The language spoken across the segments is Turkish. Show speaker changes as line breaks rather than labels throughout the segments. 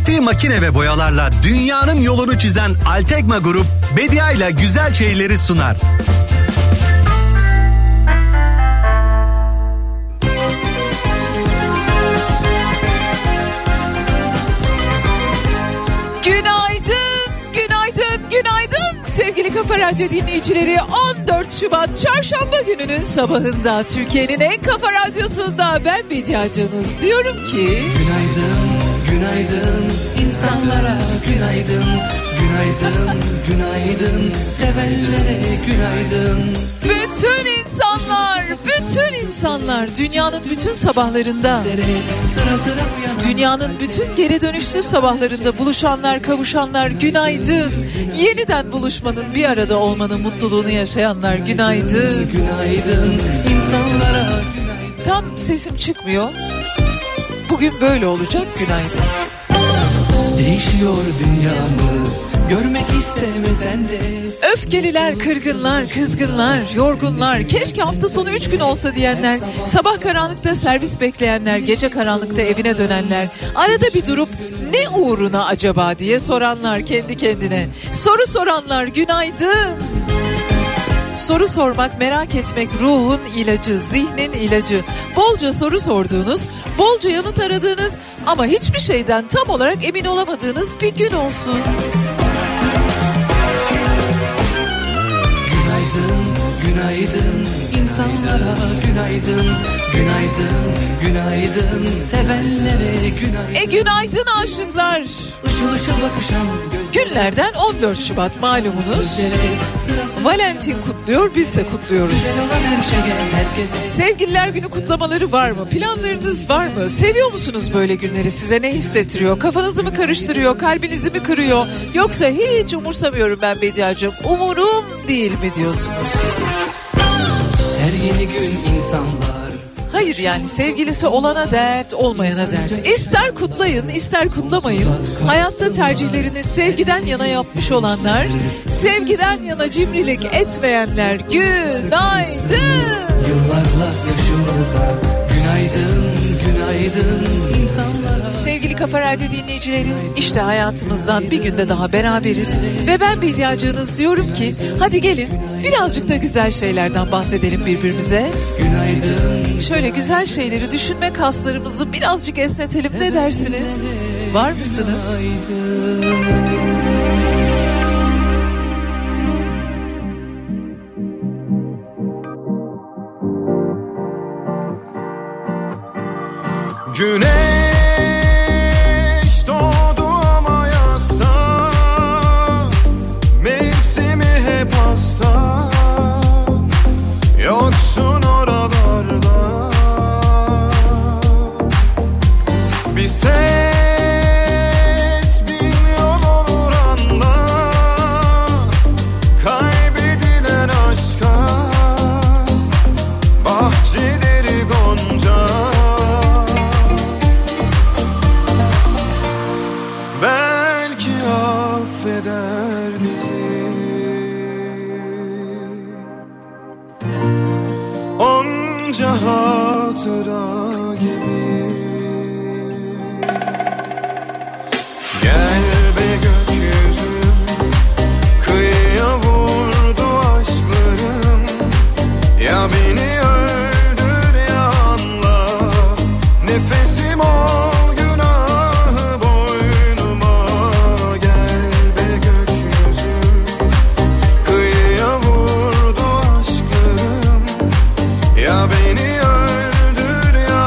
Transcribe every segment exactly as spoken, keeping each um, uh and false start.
Ürettiği makine ve boyalarla dünyanın yolunu çizen Altekma Grup, Bedia ile güzel şeyleri sunar.
Sevgili Kafa Radyo dinleyicileri, on dört Şubat Çarşamba gününün sabahında Türkiye'nin en kafa radyosunda ben Bediacınız diyorum ki
günaydın, günaydın insanlara günaydın, günaydın, günaydın sevenlere günaydın.
Bütün insanlar, bütün insanlar dünyanın bütün sabahlarında,
sıra sıra
dünyanın bütün geri dönüşsüz sabahlarında buluşanlar, kavuşanlar günaydın. Yeniden buluşmanın, bir arada olmanın mutluluğunu yaşayanlar günaydın.
Günaydın insanlara günaydın.
Tam sesim çıkmıyor. Bugün böyle olacak, günaydın.
Değişiyor dünyamız, görmek istemesen de.
Öfkeliler, kırgınlar, kızgınlar, yorgunlar, keşke hafta sonu üç gün olsa diyenler, sabah karanlıkta servis bekleyenler, gece karanlıkta evine dönenler, arada bir durup ne uğruna acaba diye soranlar kendi kendine, soru soranlar günaydın. Soru sormak, merak etmek ruhun ilacı, zihnin ilacı. Bolca soru sorduğunuz, bolca yanıt aradığınız ama hiçbir şeyden tam olarak emin olamadığınız bir gün olsun.
Günaydın, günaydın insanlara günaydın, günaydın, günaydın sevenlere günaydın.
E günaydın aşıklar.
Işıl ışıl bakışan
günlerden on dört Şubat malumunuz. Valentin kutluyor, biz de kutluyoruz. Sevgililer günü kutlamaları var mı? Planlarınız var mı? Seviyor musunuz böyle günleri? Size ne hissettiriyor? Kafanızı mı karıştırıyor? Kalbinizi mi kırıyor? Yoksa hiç umursamıyorum ben Bediacığım, umurum değil mi diyorsunuz?
Her yeni gün insanlar.
Hayır, yani sevgilisi olana dert, olmayana dert. İster kutlayın, ister kutlamayın. Hayatta tercihlerini sevgiden yana yapmış olanlar, sevgiden yana cimrilik etmeyenler günaydın.
Yıllarla yaşımıza günaydın, günaydın insanlara.
Sevgili Kafa Radyo dinleyicileri, işte hayatımızdan bir günde daha beraberiz. Ve ben Bediacığınız diyorum ki hadi gelin birazcık da güzel şeylerden bahsedelim birbirimize.
Günaydın.
Şöyle güzel şeyleri düşünme kaslarımızı birazcık esnetelim, ne dersiniz? Var mısınız?
Güneş doğdu ama yasta, mevsimi hep hasta, yoksun oralarda. Bir ses bin yol olur anla, kaybedilen aşka, bahçeleri gonca. Belki affeder bizi. Onca hatıra gibi. Gel be gökyüzüm, kıyıya vurdu aşklarım. Ya beni öldür ya anla, nefesim ol. Beni öldür ya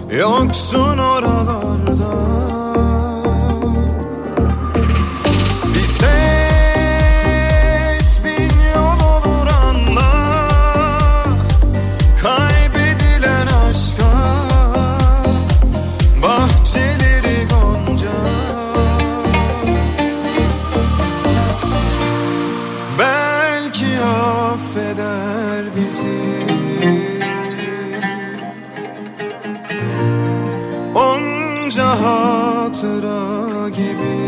yoksun oralarda. Bir ses bin yol olur anla, kaybedilen aşka bahçeleri gonca. Belki affeder bizi onca hatıra gibi.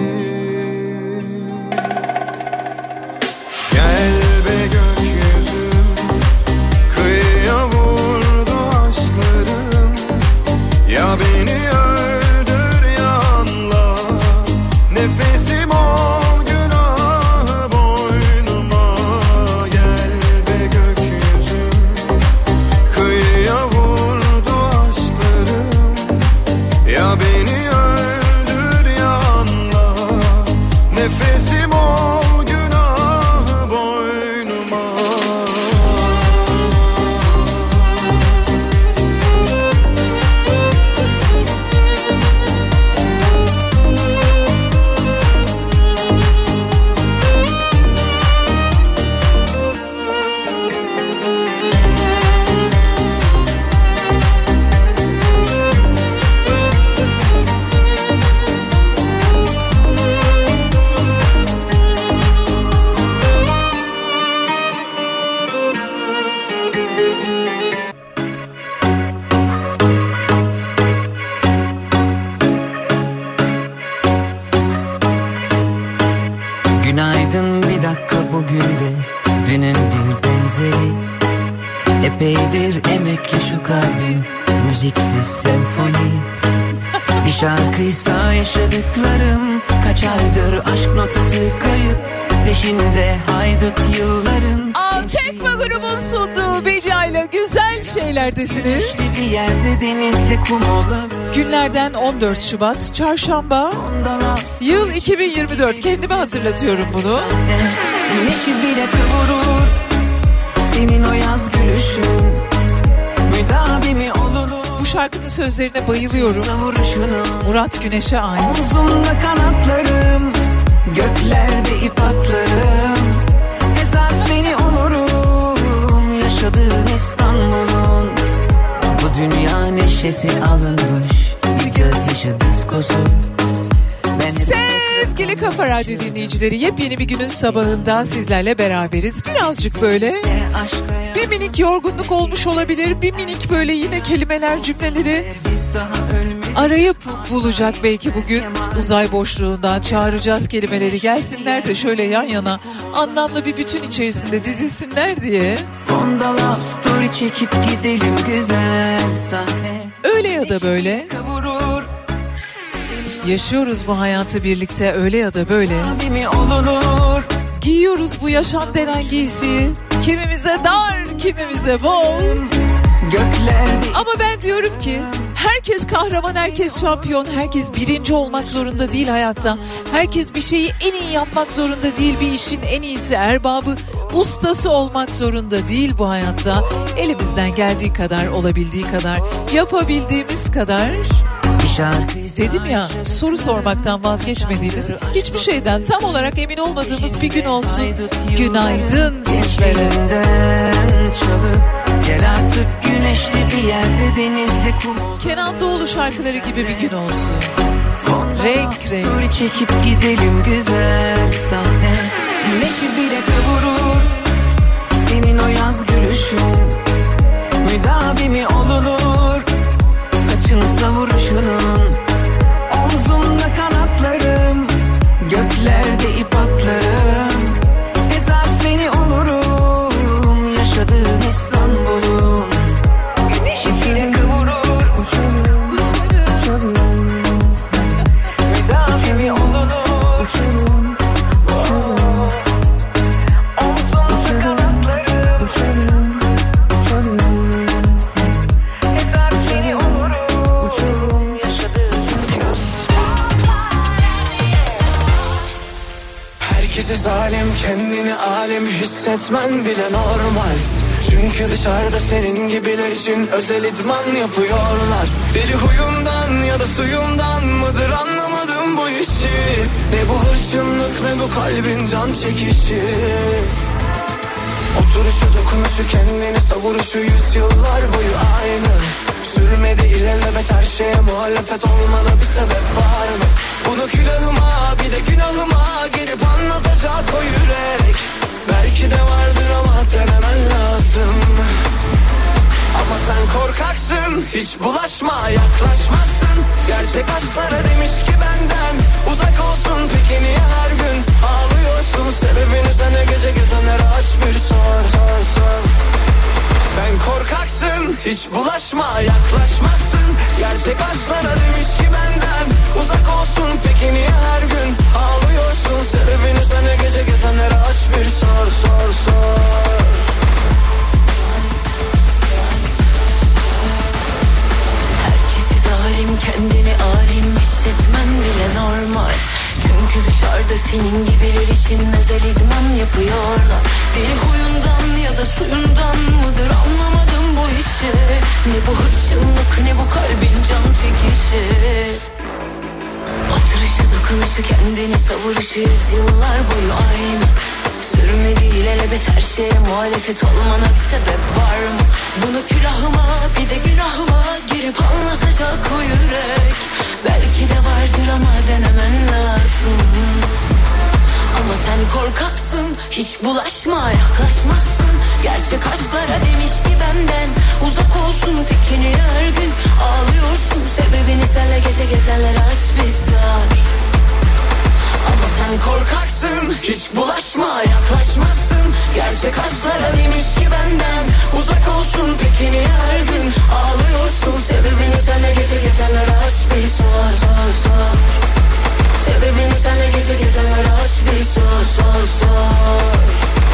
Gel be gökyüzüm, kıyıya vurdu aşklarım. Ya beni öldür ya anla, nefesim ol günahı boynuma. Gel be gökyüzüm, kıyıya vurdu aşklarım. Ya beni öldür ya anla, nefesim ol günahı boynuma.
Günaydın bir dakika bugün de dünün bir benzeri. Epeydir emekli şu kalbim, müziksiz senfoni. Bir şarkıysa yaşadıklarım, kaç aydır aşk notası kayıp, peşinde haydut yılların.
Tekma grubun sunduğu Bedia'yla güzel şeylerdesiniz.
Bir yerde denizli kum olur.
Günlerden on dört Şubat Çarşamba, yıl iki bin yirmi dört. Kendime hatırlatıyorum bunu.
Güneşi bile kıvırır senin o yaz gülüşün, müdavimi olur.
Bu şarkının sözlerine bayılıyorum. Murat Güneş'e ait.
Omzumda kanatlarım, göklerde ip atlarım. Ezafeni olurum, yaşadığın İstanbul'un. Bu dünya neşesi alınmış bir gözyaşı diskosu.
Sevgili Kafa Radyo dinleyicileri, yepyeni bir günün sabahında sizlerle beraberiz. Birazcık böyle bir minik yorgunluk olmuş olabilir. Bir minik böyle yine kelimeler, cümleleri arayıp bulacak belki bugün. Uzay boşluğundan çağıracağız kelimeleri, gelsinler de şöyle yan yana anlamlı bir bütün içerisinde dizilsinler diye.
Fonda story çekip gidelim güzel sahne.
Öyle ya da böyle yaşıyoruz bu hayatı birlikte, öyle ya da böyle. Giyiyoruz bu yaşam denen giysiyi. Kimimize dar, kimimize bol.
Göklerde...
Ama ben diyorum ki herkes kahraman, herkes şampiyon, herkes birinci olmak zorunda değil hayatta. Herkes bir şeyi en iyi yapmak zorunda değil, bir işin en iyisi, erbabı, ustası olmak zorunda değil bu hayatta. Elimizden geldiği kadar, olabildiği kadar, yapabildiğimiz kadar. Dedim ya, soru sormaktan vazgeçmediğimiz, hiçbir şeyden tam olarak emin olmadığımız bir gün olsun. Günaydın sizlere.
Gel artık güneşli bir yerde, denizli kum.
Kenan Doğulu şarkıları gibi bir gün olsun. Renk renk.
Çekip gidelim güzel sahne. Güneşi bile kıvırır senin o yaz gülüşün, müdavimi olunur saçını savuruşunun. Omzumda kanatlarım, göklerde ip atlarım. Ezafeni olurum, yaşadığın İstanbul'un. Güneşi bile kıvırır uçarım, uçarım, müdavimi olunur uçarım, uçarım. Omzumda kanatlarım, uçarım, uçarım. Ezafeni olurum, uçarım, yaşadığın İstanbul'un.
Herkese zalim, kendini alem hissetmen bile normal. Çünkü dışarıda senin gibiler için özel idman yapıyorlar. Deli huyu bu kalbin can çekişi. Oturuşu dokunuşu kendini savuruşu yüzyıllar boyu aynı. Sürmedi ilelebet her şeye muhalefet olmana bir sebep var mı? Bunu külahıma bir de günahıma girip anlatacak o yürek. Belki de vardır ama denemen lazım. Ama sen korkaksın, hiç bulaşma, yaklaşmazsın. Gerçek aşklara demiş ki benden uzak olsun. Peki niye her gün ağlıyorsun? Sebebini sana gece gezenlere aç bir sor, sor, sor. Sen korkaksın, hiç bulaşma, yaklaşmazsın. Gerçek aşklara demiş ki benden uzak olsun. Peki niye her gün ağlıyorsun? Sebebini sana gece gezenlere aç bir sor, sor, sor.
Zalim kendini alim hissetmen bile normal. Çünkü dışarıda senin gibiler için özel idman yapıyorlar. Deli huyundan ya da suyundan mıdır anlamadım bu işi. Ne bu hırçınlık ne bu kalbin can çekişi. Oturuşu dokunuşu kendini savuruşu yüzyıllar boyu aynı. Sürmedi ilelebet her şeye muhalefet olmana bir sebep var mı? Bunu külahıma bir de günahıma girip anlatacak o yürek. Belki de vardır ama denemen lazım. Ama sen korkaksın, hiç bulaşma, yaklaşmazsın. Gerçek aşklara demiş ki benden uzak olsun. Peki niye her gün ağlıyorsun? Sebebini senle gece gezenlere aç bir sor. Ama sen korkaksın, hiç bulaşma, yaklaşmazsın. Gerçek aşklara demiş ki benden uzak olsun. Peki niye her gün ağlıyorsun? Sebebini senle gece gezenlere aç bir sor, sor, sor. Sebebini senle gece gezenlere aç bir sor, sor, sor.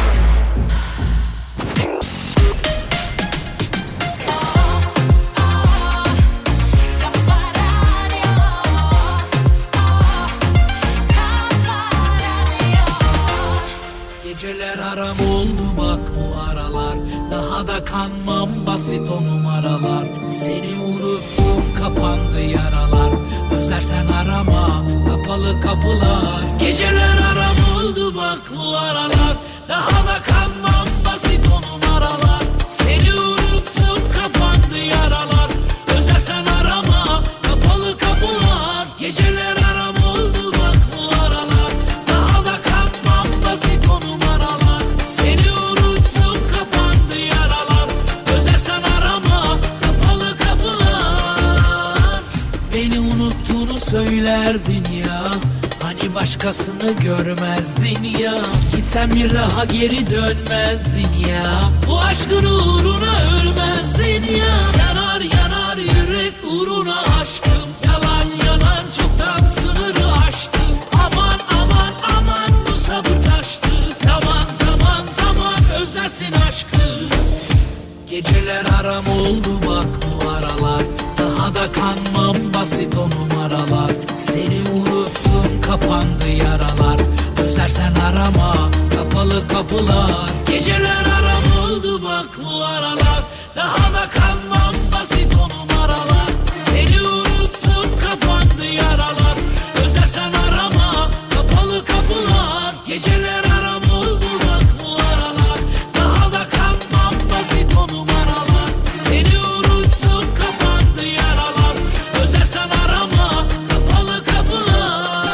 Geceler aram oldu bak bu aralar. Daha da kanmam basit o numaralar. Seni unuttum kapandı yaralar. Özlersen arama kapalı kapılar. Geceler aram oldu bak bu aralar. Daha da kanmam basit o numaralar. Seni unuttum kapandı yaralar. Özlersen arama kapalı kapılar. Geceler aram oldu bak bu aralar. Daha da kanmam basit o numaralar. Seni unuttum kapandı yaralar. Özlersen arama kapalı kapılar. Beni unuttuğunu söylerdin ya. Hani başkasını görmezdin ya. Gitsen bir daha geri dönmezdin ya. Bu aşkın uğruna ölmezdin ya. Yanar yanar yürek uğruna aşkım. Yalan yalan çoktan sınırı aştım. Aman aman aman bu sabır taştı. Zaman zaman zaman özlersin aşkı. Geceler aram oldu bak bu aralar. Daha da kanmam basit o numaralar. Seni unuttum kapandı yaralar. Özlersen arama kapalı kapılar. Geceler aram oldu bak bu aralar. Daha da kanmam basit o numaralar. Seni unuttum kapandı yaralar. Özlersen arama kapalı kapılar. Geceler aram oldu bak bu aralar. Daha da kanmam basit o numaralar. Seni unuttum kapandı yaralar. Özlersen arama kapalı kapılar.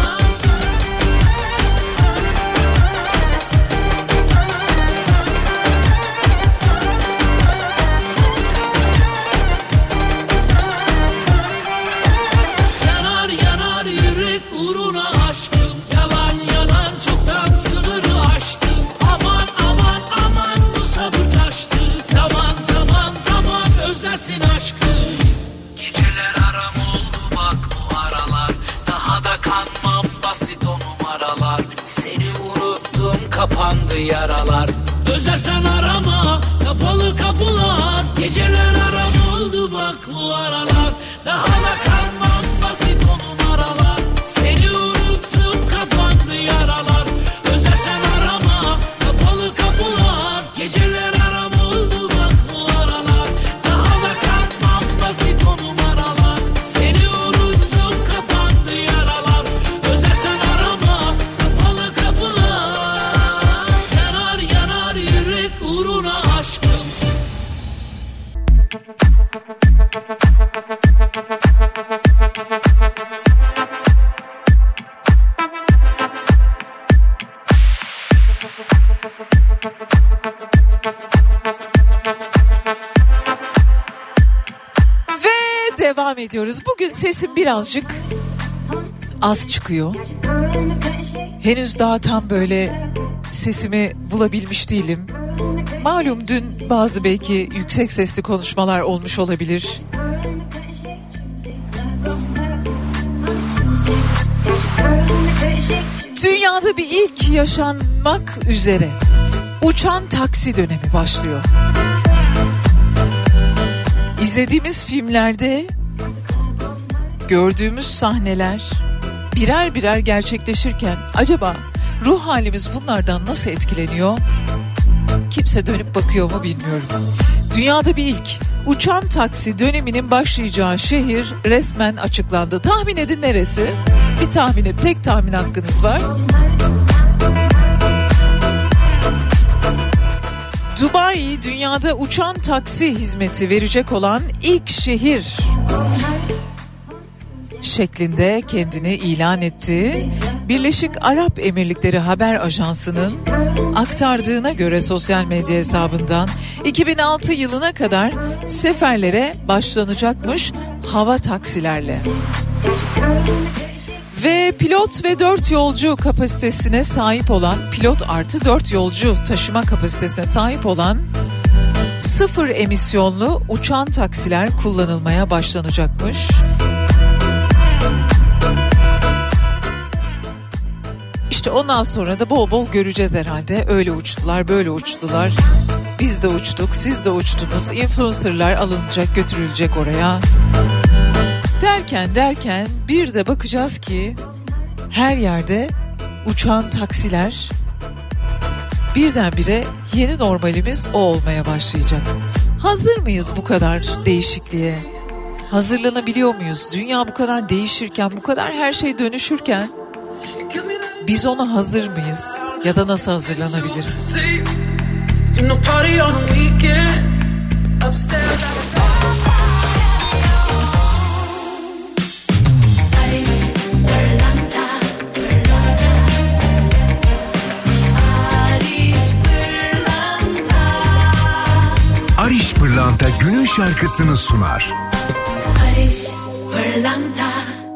Yanar yanar yürek uğruna aşkım. Yalan yalan çoktan sınırı aştım. Aman aman aman bu sabır taştı. Zaman zaman zaman özlersin aşkı. Geceler aram oldu bak bu aralar. Daha da kanmam basit o numaralar. Seni unuttum kapandı yaralar. Özlersen arama kapalı kapılar. Geceler aram oldu bak bu aralar. Daha da kanmam basit o numaralar. Seni unuttum kapandı yaralar. Özlersen arama kapalı kapılar. Geceler aram oldu bak bu aralar. Daha da kanmam basit o numaralar. Seni unuttum kapandı yaralar. Özlersen arama kapalı
devam ediyoruz. Bugün sesim birazcık az çıkıyor. Henüz daha tam böyle sesimi bulabilmiş değilim. Malum dün bazı belki yüksek sesli konuşmalar olmuş olabilir. Dünyada bir ilk yaşanmak üzere uçan taksi dönemi başlıyor. İzlediğimiz filmlerde gördüğümüz sahneler birer birer gerçekleşirken acaba ruh halimiz bunlardan nasıl etkileniyor? Kimse dönüp bakıyor mu bilmiyorum. Dünyada bir ilk uçan taksi döneminin başlayacağı şehir resmen açıklandı. Tahmin edin neresi? Bir tahmine, tek tahmin hakkınız var. Dubai dünyada uçan taksi hizmeti verecek olan ilk şehir şeklinde kendini ilan etti. Birleşik Arap Emirlikleri Haber Ajansı'nın aktardığına göre sosyal medya hesabından iki bin altı yılına kadar seferlere başlanacakmış hava taksilerle. Ve pilot ve dört yolcu kapasitesine sahip olan, pilot artı dört yolcu taşıma kapasitesine sahip olan sıfır emisyonlu uçan taksiler kullanılmaya başlanacakmış. İşte ondan sonra da bol bol göreceğiz herhalde. Öyle uçtular, böyle uçtular. Biz de uçtuk, siz de uçtunuz. Influencerlar alınacak, götürülecek oraya. Derken derken bir de bakacağız ki her yerde uçan taksiler, birdenbire yeni normalimiz o olmaya başlayacak. Hazır mıyız bu kadar değişikliğe? Hazırlanabiliyor muyuz? Dünya bu kadar değişirken, bu kadar her şey dönüşürken biz ona hazır mıyız? Ya da nasıl hazırlanabiliriz?
Ariş Pırlanta günün şarkısını sunar.
Ariş Pırlanta.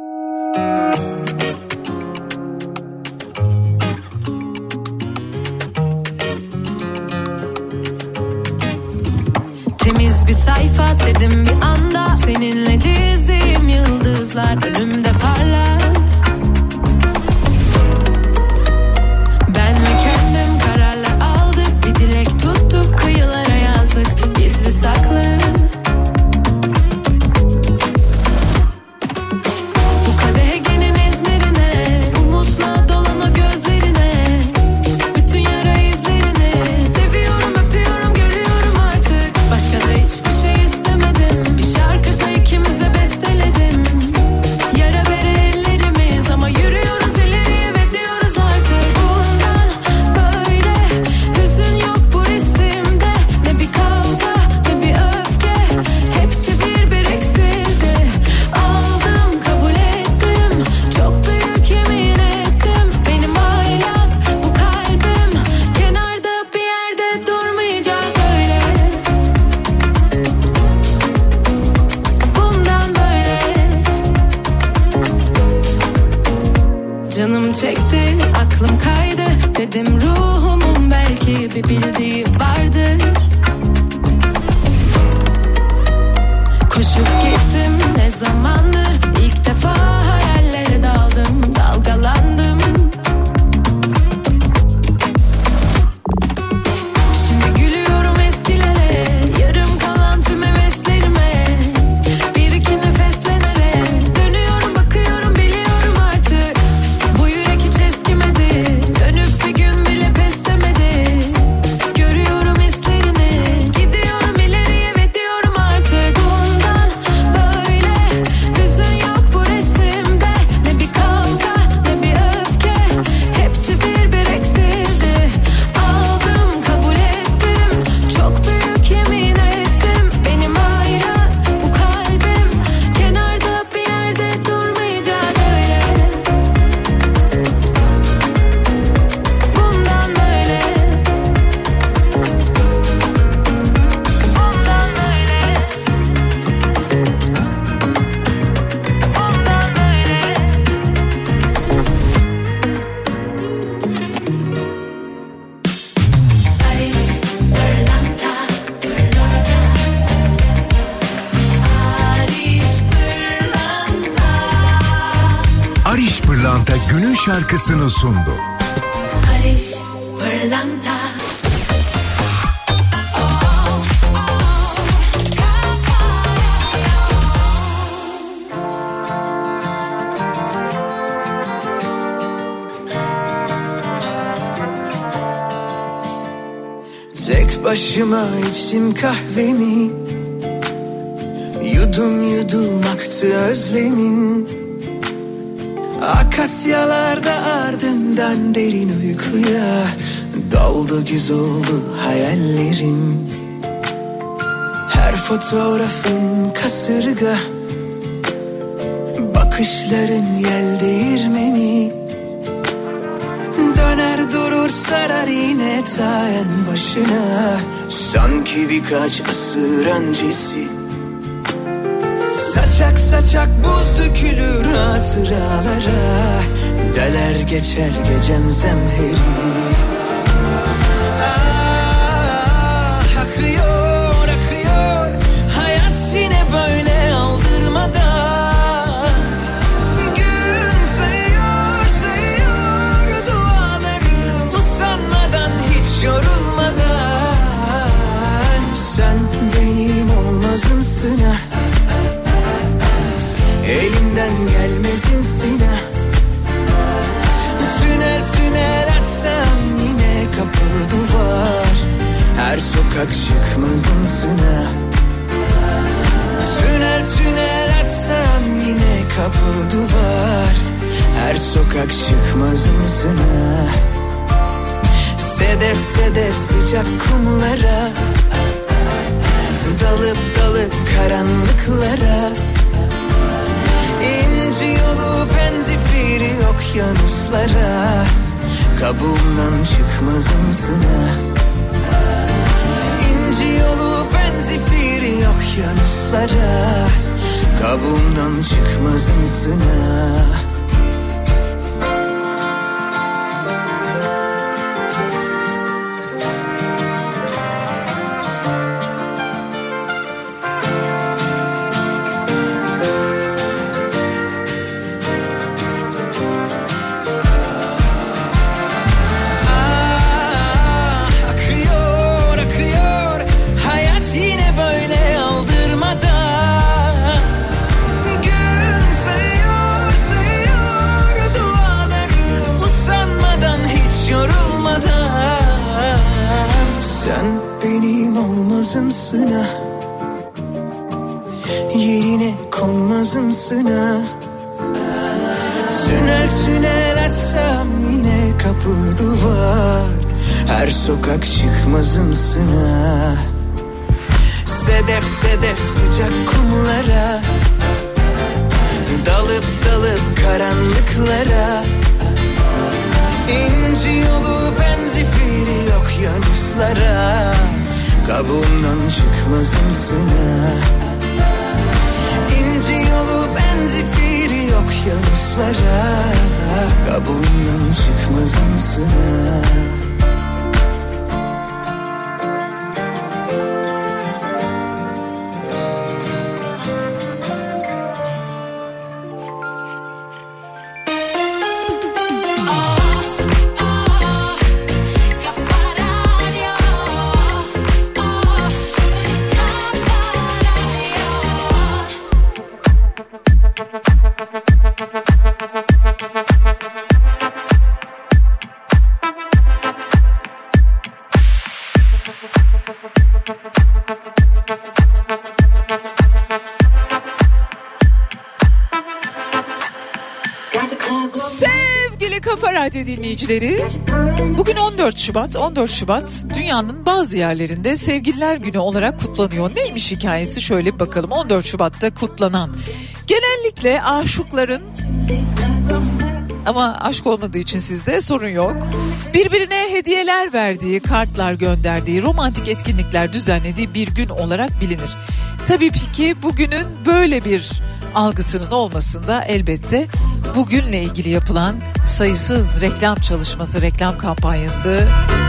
Temiz bir sayfa dedim bir anda, seninle dizdiğim yıldızlar önümde parlar. Ben ve kendim kararlar aldık, bir dilek tuttuk, kıyılara yazdık gizli saklı. Bu kadehegenin ezmerine, umutla dolan o gözlerine, bütün yara izlerini seviyorum, öpüyorum, görüyorum artık. Başka da hiçbir şey istemedim, bir şarkıda ikimize besteledim. Yara bere ellerimiz ama yürüyoruz ileriye ve diyoruz artık. Bundan böyle hüzün yok bu resimde, ne bir kavga ne bir öfke, hepsi bir bir eksildi. Aldım kabul ettim, çok büyük yemin ettim. Benim haylaz bu kalbim, kenarda bir yerde durmayacak öyle. Bundan böyle canım çekti, aklım kaydı, dedim ruhumun belki bir bildiği vardır. Koşup gittim ne zamandır, ilk defa hayallere daldım, dalgalandım. Şimdi gülüyorum eskilere, yarım kalan tüm heveslerime, bir iki nefesle nereye dönüyorum, bakıyorum, biliyorum artık. Bu yürek hiç eskimedi, dönüp bir gün bile pes demedi. Görüyorum hislerini, gidiyorum ileriye ve diyorum artık. Bundan böyle
Pırlanta günün şarkısını sundu.
Barış Pırlanta.
Tek başıma içtim kahvemi, yudum yudum aktı özlemin. Akasyalarda ardından derin uykuya daldı, güz oldu hayallerim. Her fotoğrafın kasırga, bakışların yel değirmeni. Döner durur sarar yine ta en başına, sanki birkaç asır öncesi. Saçak saçak buz dökülür hatıralara, deler geçer gecem zemheri. Ah, akıyor akıyor hayat yine böyle aldırmadan. Gün sayıyor sayıyor dualarım, usanmadan hiç yorulmadan. Sen benim olmazımsın ha, elimden gelmezimsin ha. Tünel tünel açsam yine kapı duvar, her sokak çıkmazımsın ha. Tünel tünel açsam yine kapı duvar, her sokak çıkmazımsın ha. Sedef sedef sıcak kumlara, dalıp dalıp karanlıklara. İnci yolu penzifiri okyanuslara, kabuğumdan çıkmazımsın ha. İnci yolu penzifiri okyanuslara, kabuğumdan çıkmazımsın ha. Yerine konmazımsın ha. Tünel tünel açsam yine kapı duvar, her sokak çıkmazımsın ha. Sedef sedef sıcak kumlara, dalıp dalıp karanlıklara. İnci yolu penzifiri okyanuslara, kabuğumdan çıkmazımsın ha. İnci yolu benzifiri okyanuslara, kabuğumdan çıkmazımsın ha.
Radyo dinleyicileri, bugün on dört Şubat. on dört Şubat dünyanın bazı yerlerinde Sevgililer Günü olarak kutlanıyor. Neymiş hikayesi, şöyle bir bakalım. on dört Şubat'ta kutlanan, genellikle aşıkların, ama aşk olmadığı için sizde sorun yok, birbirine hediyeler verdiği, kartlar gönderdiği, romantik etkinlikler düzenlediği bir gün olarak bilinir. Tabii ki bugünün böyle bir algısının olmasında elbette bugünle ilgili yapılan sayısız reklam çalışması, reklam kampanyası,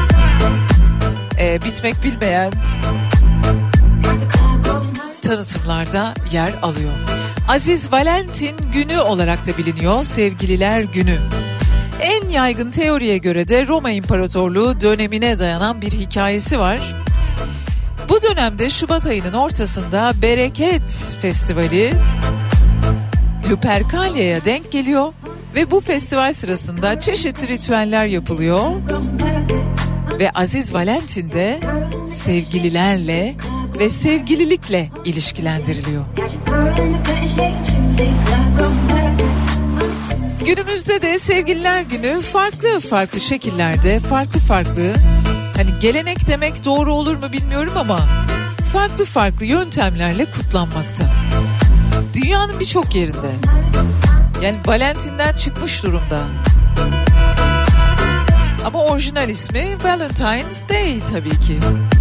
e, bitmek bilmeyen tanıtımlarda yer alıyor. Aziz Valentin günü olarak da biliniyor, sevgililer günü. En yaygın teoriye göre de Roma İmparatorluğu dönemine dayanan bir hikayesi var. Bu dönemde Şubat ayının ortasında Bereket Festivali Lupercalia'ya denk geliyor ve bu festival sırasında çeşitli ritüeller yapılıyor. Ve Aziz Valentin de sevgililerle ve sevgililikle ilişkilendiriliyor. Günümüzde de sevgililer günü farklı farklı şekillerde, farklı farklı, hani gelenek demek doğru olur mu bilmiyorum ama farklı farklı yöntemlerle kutlanmakta. Dünyanın birçok yerinde. Yani Valentin'den çıkmış durumda. Ama orijinal ismi Valentine's Day tabii ki.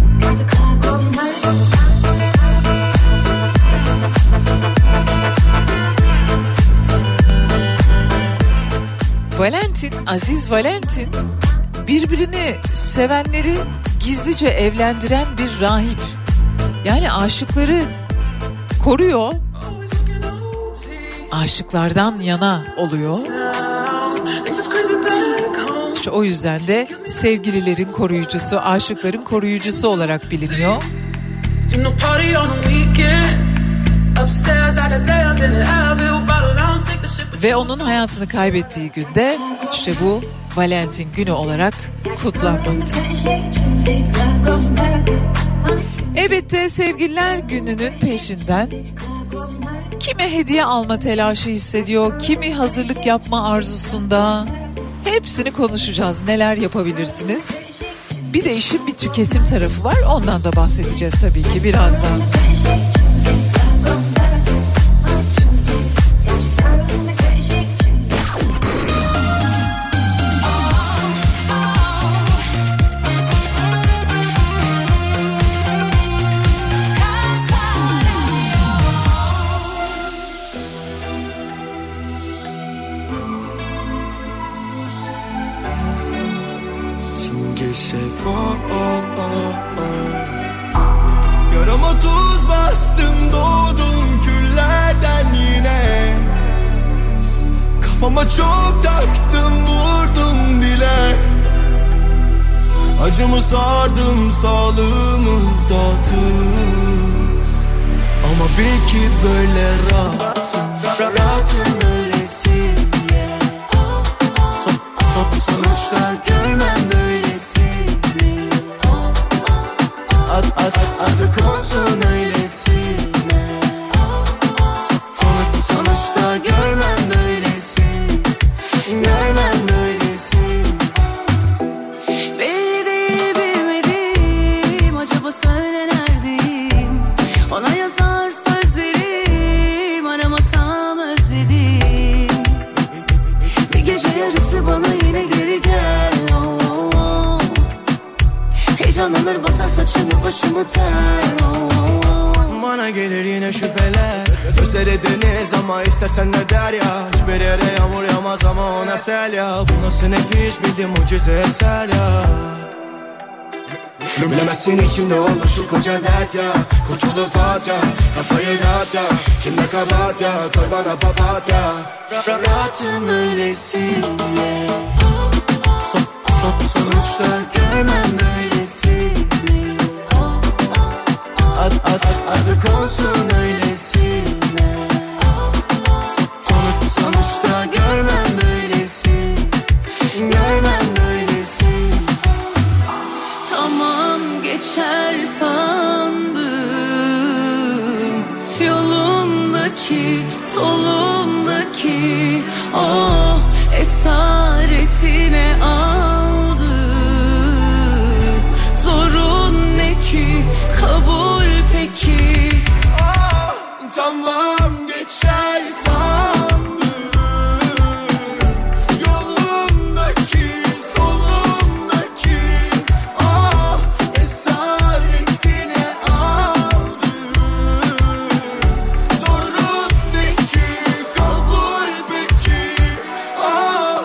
Valentin, Aziz Valentin birbirini sevenleri gizlice evlendiren bir rahip. Yani aşıkları koruyor, aşıklardan yana oluyor. İşte o yüzden de sevgililerin koruyucusu, aşıkların koruyucusu olarak biliniyor. Ve onun hayatını kaybettiği günde işte bu Valentin günü olarak kutlanmakta. Elbette sevgililer gününün peşinden kimi hediye alma telaşı hissediyor, kimi hazırlık yapma arzusunda. Hepsini konuşacağız. Neler yapabilirsiniz? Bir de işin bir tüketim tarafı var. Ondan da bahsedeceğiz tabii ki birazdan.
Yarama tuz bastım, doğdum küllerden yine. Kafama çok taktım, vurdum bile. Acımı sardım, sağlığımı dağıttım. Ama bil ki böyle rahatım, rahatım öylesine. Son, son, sonuçta görmem böylesini. Ad, ad, adı konsun öylesine. Sonuç, sonuçta görmem böylesini. Görmem böylesini.
Belli değil bilmediğim, acaba söylenerdiyim. Ona yazar sözlerim, aramasam özledim. Bir gece yarısı bana yine geri gel. Oh, oh, oh. Heyecanlanır basar saçımı başımı ter. Oh, oh, oh.
Bana gelir yine şüpheler. Gözleri deniz ama istersen ne der ya. Hiçbir yere yağmur yağmaz ama ona sel ya. Bu nasıl nefis bildim mucize eser ya. Bilemezsin içimde olur şu koca dert ya. Kurtulup at ya, kafayı dağıt ya. Kim ne kabahat ya, koy bana papatya. Rahatım öylesine. Son, son, sonuçta görmem böylesini. Ad, ad, ad, adı konsun öylesine. Sonuç, sonuçta görmem böylesini. Görmem böylesini.
Tamam geçer sandım. Yolumdaki, solumdaki oh esaretine aldı. Zorun ne ki, kabul peki.
Ah, tamam geçer sandım. Yolumdaki, solumdaki ah esaretine aldı. Zorun ne ki, kabul peki. Ah,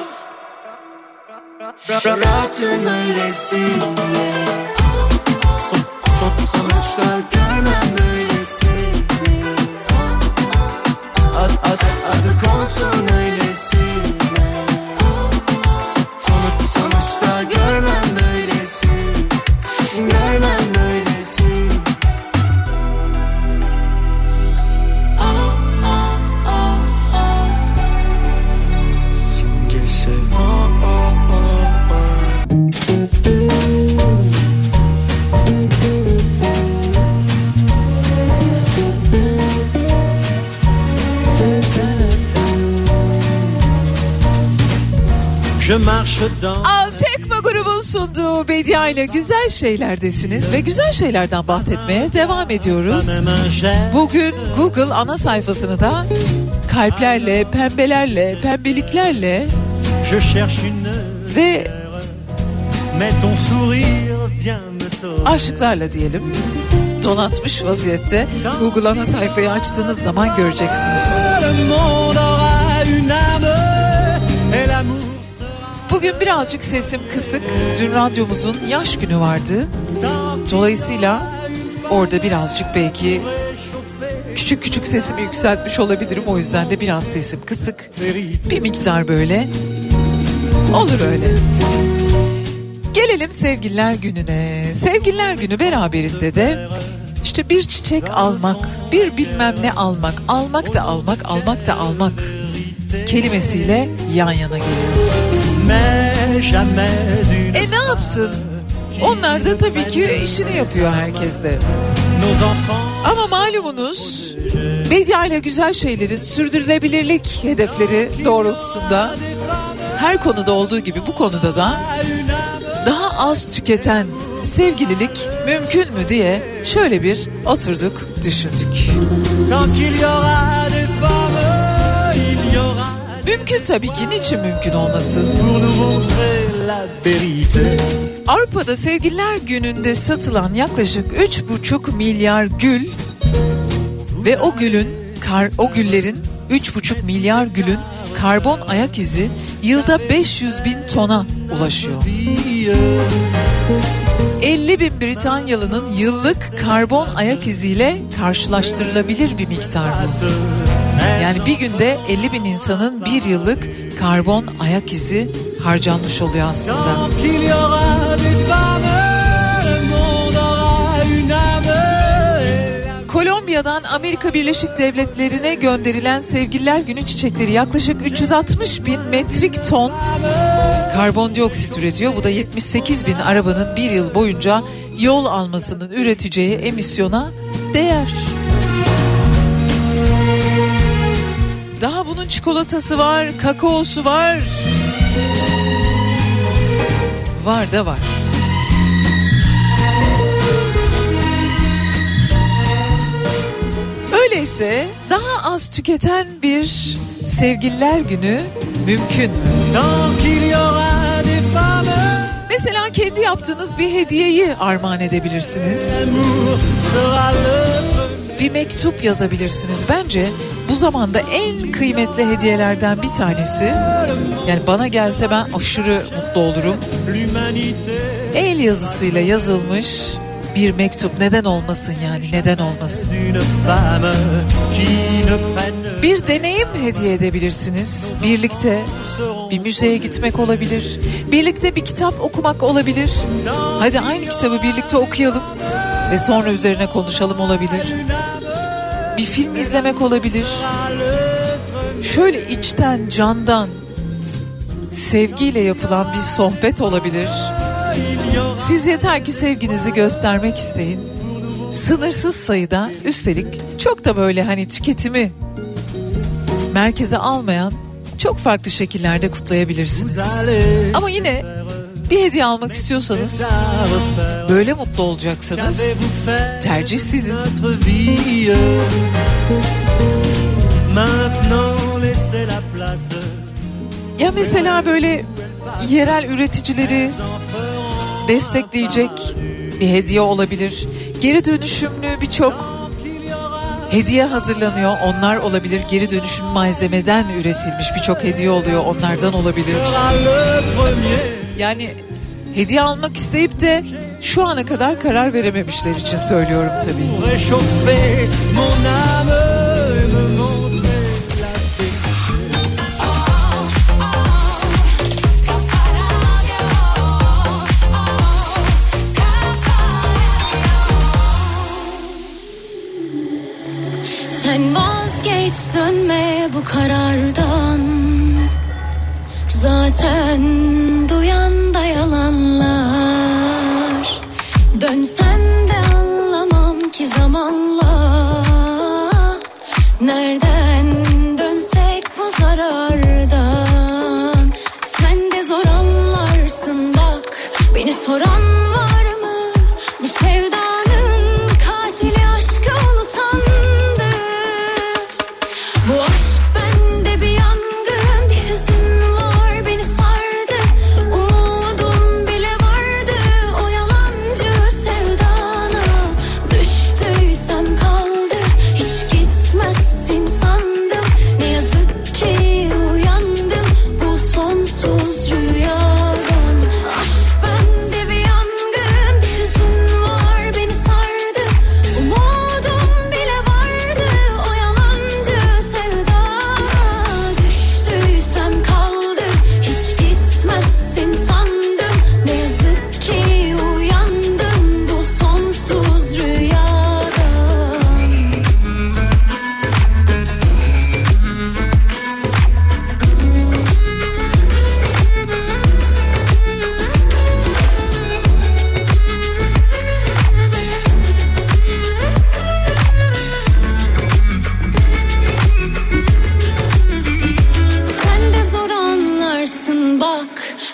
rahatım öylesine. Son, son, sonuçta görmem böylesini. Adı, adı konsun öylesine. Sonuç, sonuçta görmem böylesi, görmem böylesi. Simge Sefa.
Altekma grubun sunduğu Bediye ile güzel şeylerdesiniz ve güzel şeylerden bahsetmeye devam ediyoruz. Bugün Google ana sayfasını da kalplerle, pembelerle, pembeliklerle ve aşıklarla diyelim donatmış vaziyette. Google ana sayfayı açtığınız zaman göreceksiniz. Bugün birazcık sesim kısık. Dün radyomuzun yaş günü vardı. Dolayısıyla orada birazcık belki küçük küçük sesimi yükseltmiş olabilirim. O yüzden de biraz sesim kısık. Bir miktar böyle. Olur öyle. Gelelim Sevgililer Günü'ne. Sevgililer Günü beraberinde de işte bir çiçek almak, bir bilmem ne almak, almak da almak, almak da almak kelimesiyle yan yana geliyor. E ne yapsın? Onlar da tabii ki işini yapıyor herkes de. Ama malumunuz medya ile güzel şeylerin sürdürülebilirlik hedefleri doğrultusunda her konuda olduğu gibi bu konuda da daha az tüketen sevgililik mümkün mü diye şöyle bir oturduk, düşündük. Mümkün tabii ki, niçin mümkün olmasın? Avrupa'da Sevgililer Günü'nde satılan yaklaşık üç buçuk milyar gül ve o gülün kar, o güllerin üç buçuk milyar gülün karbon ayak izi yılda beş yüz bin tona ulaşıyor. elli bin Britanyalı'nın yıllık karbon ayak iziyle karşılaştırılabilir bir miktar bu. Yani bir günde elli bin insanın bir yıllık karbon ayak izi harcanmış oluyor aslında. Kolombiya'dan Amerika Birleşik Devletleri'ne gönderilen Sevgililer Günü çiçekleri yaklaşık üç yüz altmış bin metrik ton karbondioksit üretiyor. Bu da yetmiş sekiz bin arabanın bir yıl boyunca yol almasının üreteceği emisyona değer. Daha bunun çikolatası var, kakaosu var. Var da var. Öyleyse daha az tüketen bir Sevgililer Günü mümkün mü? Mesela kendi yaptığınız bir hediyeyi armağan edebilirsiniz. Bir mektup yazabilirsiniz. Bence bu zamanda en kıymetli hediyelerden bir tanesi. Yani bana gelse ben aşırı mutlu olurum. El yazısıyla yazılmış bir mektup, neden olmasın yani, neden olmasın? Bir deneyim hediye edebilirsiniz. Birlikte bir müzeye gitmek olabilir. Birlikte bir kitap okumak olabilir. Hadi aynı kitabı birlikte okuyalım ve sonra üzerine konuşalım olabilir. Bir film izlemek olabilir. Şöyle içten, candan, sevgiyle yapılan bir sohbet olabilir. Siz yeter ki sevginizi göstermek isteyin. Sınırsız sayıda, üstelik çok da böyle hani tüketimi merkeze almayan çok farklı şekillerde kutlayabilirsiniz. Ama yine bir hediye almak istiyorsanız, böyle mutlu olacaksanız tercih sizin. Ya mesela böyle yerel üreticileri destekleyecek bir hediye olabilir. Geri dönüşümlü birçok hediye hazırlanıyor. Onlar olabilir. Geri dönüşüm malzemeden üretilmiş birçok hediye oluyor. Onlardan olabilir. Yani hediye almak isteyip de şu ana kadar karar verememişler için söylüyorum tabii.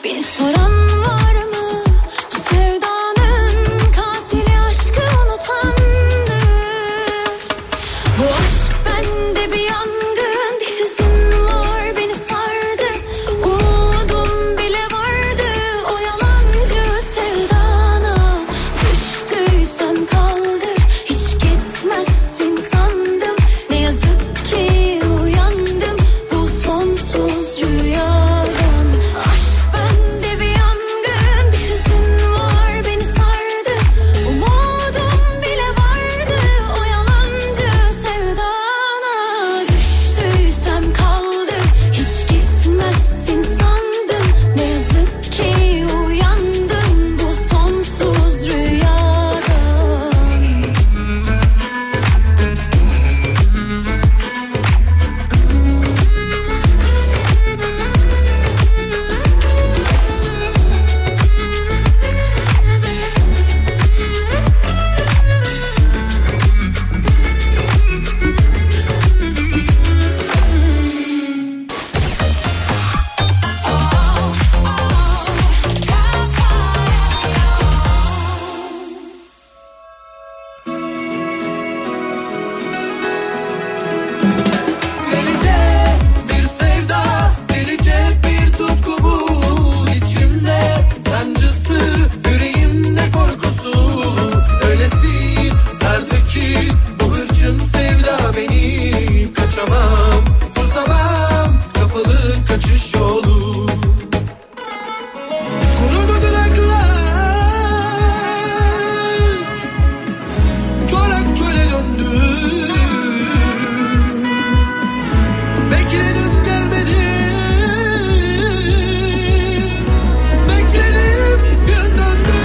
Beni soran var mı? Bu sevdanın katili aşkı unutandır. Bu aşk bende bir yangın, bir hüzün var beni sardı. Umudum bile vardı o yalancı sevdana. Düştüysem kaldır, hiç gitmezsin sandım. Ne yazık ki uyandım bu sonsuz rüyadan. Aşk bende bir yangın, bir hüzün var beni sardı. Umudum bile vardı o yalancı sevdana. Düştüysem kaldır, hiç gitmezsin sandım. Ne yazık ki uyandım bu sonsuz rüyadan.
Delice bir sevda, delice bir tutku bu. İçimde sancısı, yüreğimde korkusu. Öylesi sardı ki bu hırçın sevda beni. Kaçamam, susamam, kapalı kaçış yolu. Kurudu dudaklar, çorak çöle döndü. Bekledim gelmedi, bekledim gün döndü.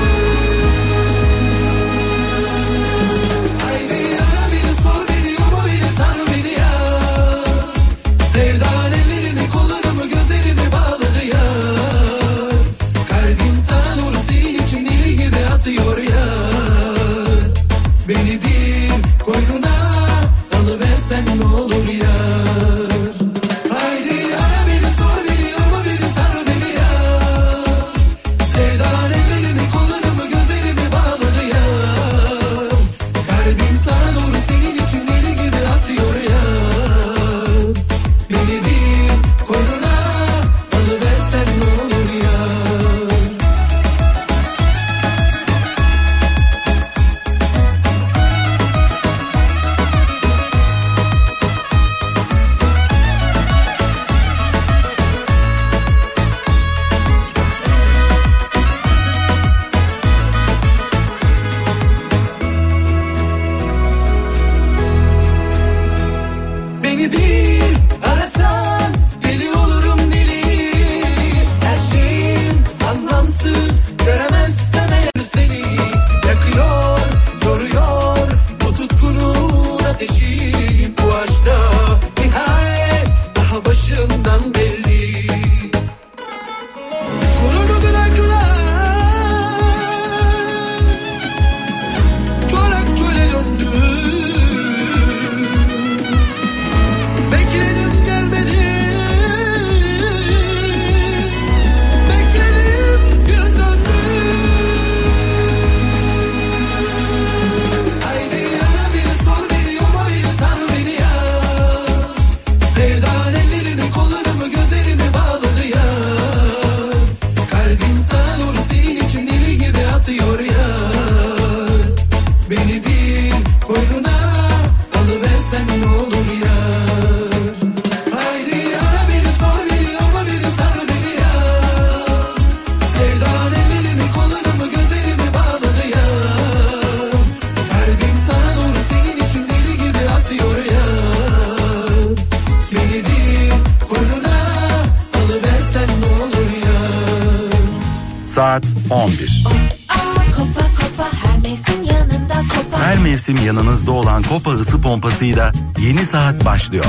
Haydi ara beni, sor beni, yorma beni, sar beni ya. Sevdan ellerimi, kollarımı, gözlerimi bağladı ya. Kalbim sana doğru senin için deli gibi atıyor ya. Beni bir koynuna alıversen ne olur ya. Haydi ara beni, sor beni, yorma beni, sar beni ya. Sevdan ellerimi, kollarımı, gözlerimi bağladı ya. Kalbim sana doğru senin için deli gibi atıyor ya. Beni bir koynuna alıversen ne olur ya. Beni bir arasan deli olurum deli. Her şeyin anlamsız, göremezsem eğer seni. Yakıyor, yoruyor bu tutkunun ateşi. Bu aşkta nihayet daha başından belli. Kurudu dudaklar, çorak çöle döndü. Bekledim gelmedi, bekledim gün döndü. Haydi ara beni, sor beni, yorma beni, sar beni ya. Sevdan ellerimi, kollarımı, gözlerimi bağladı ya. Kalbim sana doğru senin için deli gibi atıyor ya. Beni bir koynuna alıversen ne olur ya. Haydi ara beni, sor beni, yorma beni, sar beni ya. Sevdan ellerimi, kollarımı, gözlerimi bağladı ya. Kalbim sana doğru senin için deli gibi atıyor ya. Beni bir koynuna alıversen ne olur ya.
Saat on bir.
Kopa kopa her mevsim yanında kopa.
Her mevsim yanınızda olan Kopa ısı pompasıyla yeni saat başlıyor.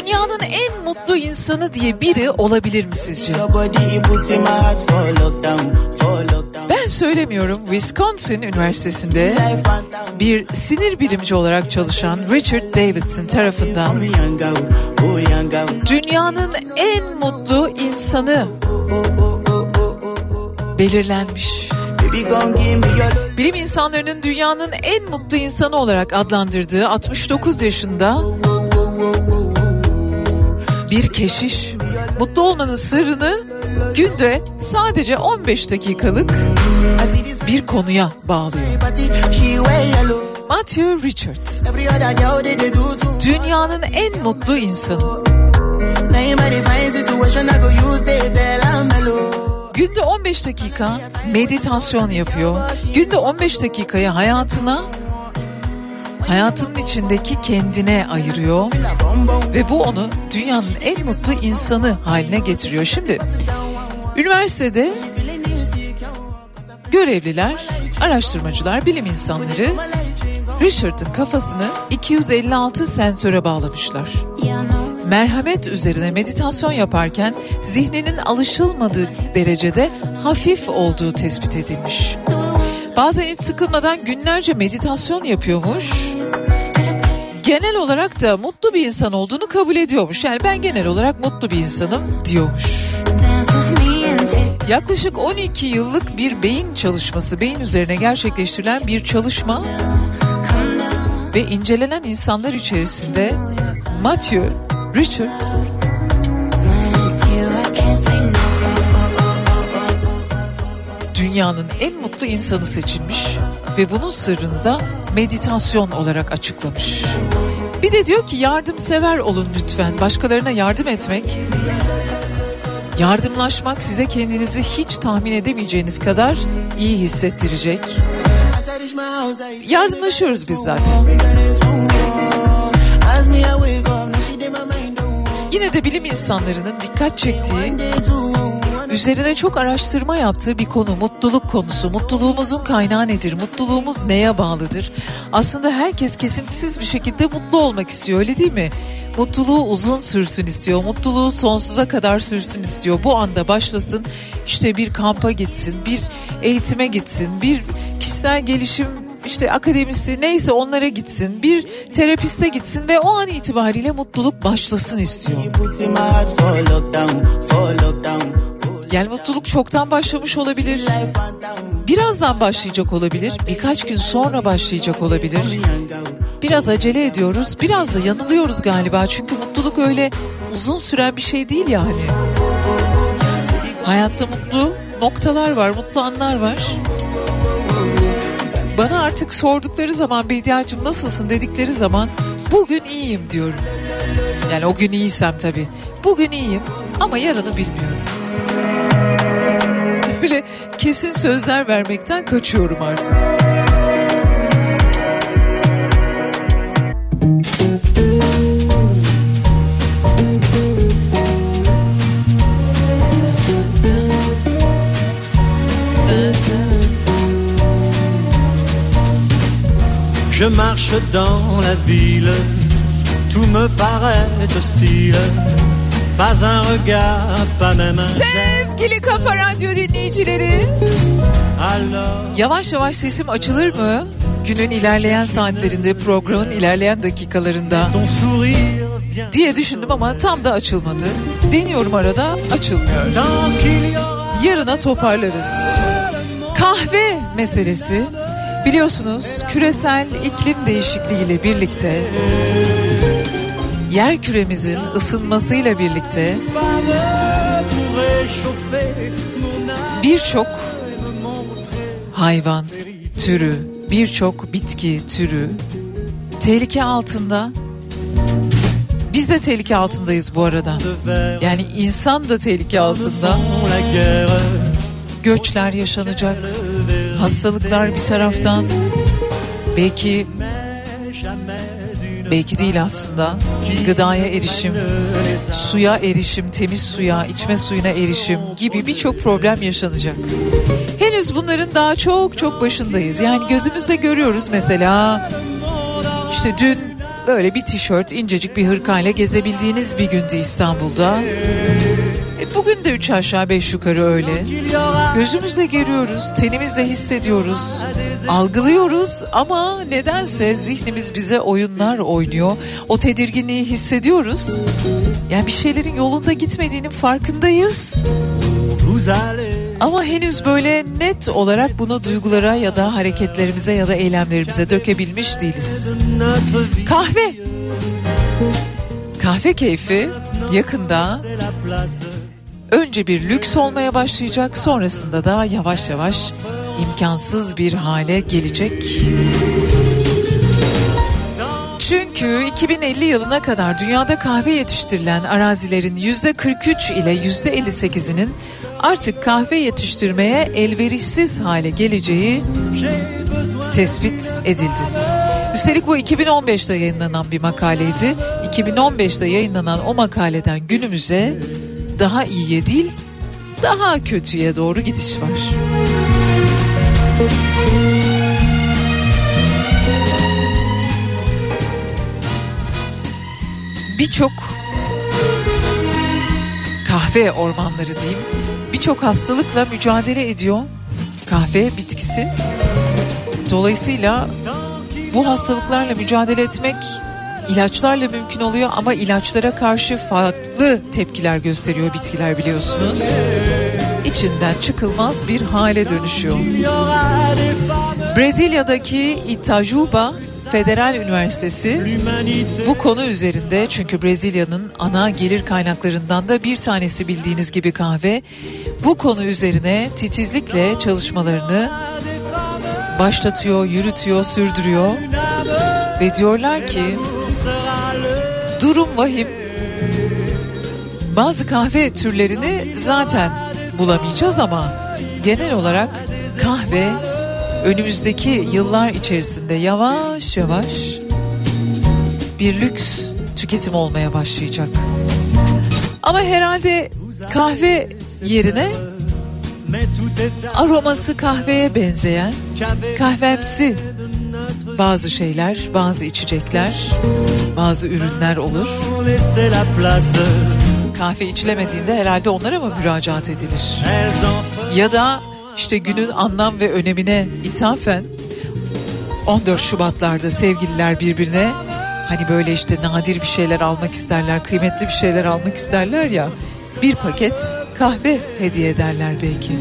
dünyanın en mutlu insanı diye biri olabilir mi sizce? Ben söylemiyorum. Wisconsin Üniversitesi'nde bir sinir bilimci olarak çalışan Richard Davidson tarafından dünyanın en mutlu insanı belirlenmiş. Bilim insanlarının dünyanın en mutlu insanı olarak adlandırdığı altmış dokuz yaşında bir keşiş mutlu olmanın sırrını günde sadece on beş dakikalık bir konuya bağlıyor. Matthew Richard dünyanın en mutlu insanı. Günde on beş dakika meditasyon yapıyor. Günde on beş dakikayı hayatına, hayatının içindeki kendine ayırıyor. Ve bu onu dünyanın en mutlu insanı haline getiriyor. Şimdi üniversitede görevliler, araştırmacılar, bilim insanları Richard'ın kafasını iki yüz elli altı sensöre bağlamışlar. Merhamet üzerine meditasyon yaparken zihninin alışılmadığı derecede hafif olduğu tespit edilmiş. Bazen hiç sıkılmadan günlerce meditasyon yapıyormuş. Genel olarak da mutlu bir insan olduğunu kabul ediyormuş. Yani ben genel olarak mutlu bir insanım diyormuş. Yaklaşık on iki yıllık bir beyin çalışması, beyin üzerine gerçekleştirilen bir çalışma ve incelenen insanlar içerisinde Matthew Richard dünyanın en mutlu insanı seçilmiş ve bunun sırrını da meditasyon olarak açıklamış. Bir de diyor ki yardımsever olun lütfen. Başkalarına yardım etmek, yardımlaşmak size kendinizi hiç tahmin edemeyeceğiniz kadar iyi hissettirecek. Yardımlaşıyoruz biz zaten. Yine de bilim insanlarının dikkat çektiği, üzerine çok araştırma yaptığı bir konu, mutluluk konusu. Mutluluğumuzun kaynağı nedir? Mutluluğumuz neye bağlıdır? Aslında herkes kesintisiz bir şekilde mutlu olmak istiyor, öyle değil mi? Mutluluğu uzun sürsün istiyor, mutluluğu sonsuza kadar sürsün istiyor. Bu anda başlasın, işte bir kampa gitsin, bir eğitime gitsin, bir kişisel gelişim işte akademisi neyse onlara gitsin, bir terapiste gitsin ve o an itibariyle mutluluk başlasın istiyor. Yani mutluluk çoktan başlamış olabilir, birazdan başlayacak olabilir, birkaç gün sonra başlayacak olabilir. Biraz acele ediyoruz, biraz da yanılıyoruz galiba, çünkü mutluluk öyle uzun süren bir şey değil yani. Hayatta mutlu noktalar var, mutlu anlar var. Bana artık sordukları zaman Bediacığım nasılsın dedikleri zaman bugün iyiyim diyorum. Yani o gün iyiysem tabii. Bugün iyiyim ama yarını bilmiyorum. Öyle kesin sözler vermekten kaçıyorum artık.
Je marche dans la ville, tout me paraît hostile. Pas un regard, pas même un
Sevgili Kafa Radyo dinleyicileri, yavaş yavaş sesim açılır mı? Günün ilerleyen saatlerinde, programın ilerleyen dakikalarında diye düşündüm ama tam da açılmadı. Deniyorum arada, açılmıyor. Yarına toparlarız. Kahve meselesi. Biliyorsunuz küresel iklim değişikliğiyle birlikte, yer küremizin ısınmasıyla birlikte birçok hayvan türü, birçok bitki türü tehlike altında. Biz de tehlike altındayız bu arada. Yani insan da tehlike altında. Göçler yaşanacak. Hastalıklar bir taraftan, belki belki değil aslında, gıdaya erişim, suya erişim, temiz suya, içme suyuna erişim gibi birçok problem yaşanacak. Henüz bunların daha çok çok başındayız. Yani gözümüzde görüyoruz mesela, işte dün böyle bir tişört, incecik bir hırkayla gezebildiğiniz bir gündü İstanbul'da. E bugün de üç aşağı beş yukarı öyle. Gözümüzle görüyoruz, tenimizle hissediyoruz, algılıyoruz ama nedense zihnimiz bize oyunlar oynuyor. O tedirginliği hissediyoruz. Yani bir şeylerin yolunda gitmediğinin farkındayız. Ama henüz böyle net olarak bunu duygulara ya da hareketlerimize ya da eylemlerimize dökebilmiş değiliz. Kahve. Kahve keyfi yakında önce bir lüks olmaya başlayacak, sonrasında da yavaş yavaş imkansız bir hale gelecek. Çünkü iki bin elli yılına kadar dünyada kahve yetiştirilen arazilerin yüzde kırk üç ile yüzde elli sekizinin artık kahve yetiştirmeye elverişsiz hale geleceği tespit edildi. Üstelik bu iki bin on beşte yayınlanan bir makaleydi. iki bin on beşte yayınlanan o makaleden günümüze daha iyiye değil, daha kötüye doğru gidiş var. Birçok kahve ormanları diyeyim, birçok hastalıkla mücadele ediyor kahve bitkisi. Dolayısıyla bu hastalıklarla mücadele etmek ilaçlarla mümkün oluyor ama ilaçlara karşı farklı tepkiler gösteriyor bitkiler, biliyorsunuz. İçinden çıkılmaz bir hale dönüşüyor. Brezilya'daki Itajuba Federal Üniversitesi bu konu üzerinde, çünkü Brezilya'nın ana gelir kaynaklarından da bir tanesi bildiğiniz gibi kahve, bu konu üzerine titizlikle çalışmalarını başlatıyor, yürütüyor, sürdürüyor ve diyorlar ki durum vahim. Bazı kahve türlerini zaten bulamayacağız ama genel olarak kahve önümüzdeki yıllar içerisinde yavaş yavaş bir lüks tüketim olmaya başlayacak. Ama herhalde kahve yerine aroması kahveye benzeyen, kahvemsi bazı şeyler, bazı içecekler, bazı ürünler olur. Kahve içilemediğinde herhalde onlara mı müracaat edilir? Ya da işte günün anlam ve önemine ithafen on dört Şubatlarda sevgililer birbirine hani böyle işte nadir bir şeyler almak isterler, kıymetli bir şeyler almak isterler ya, bir paket kahve hediye ederler belki.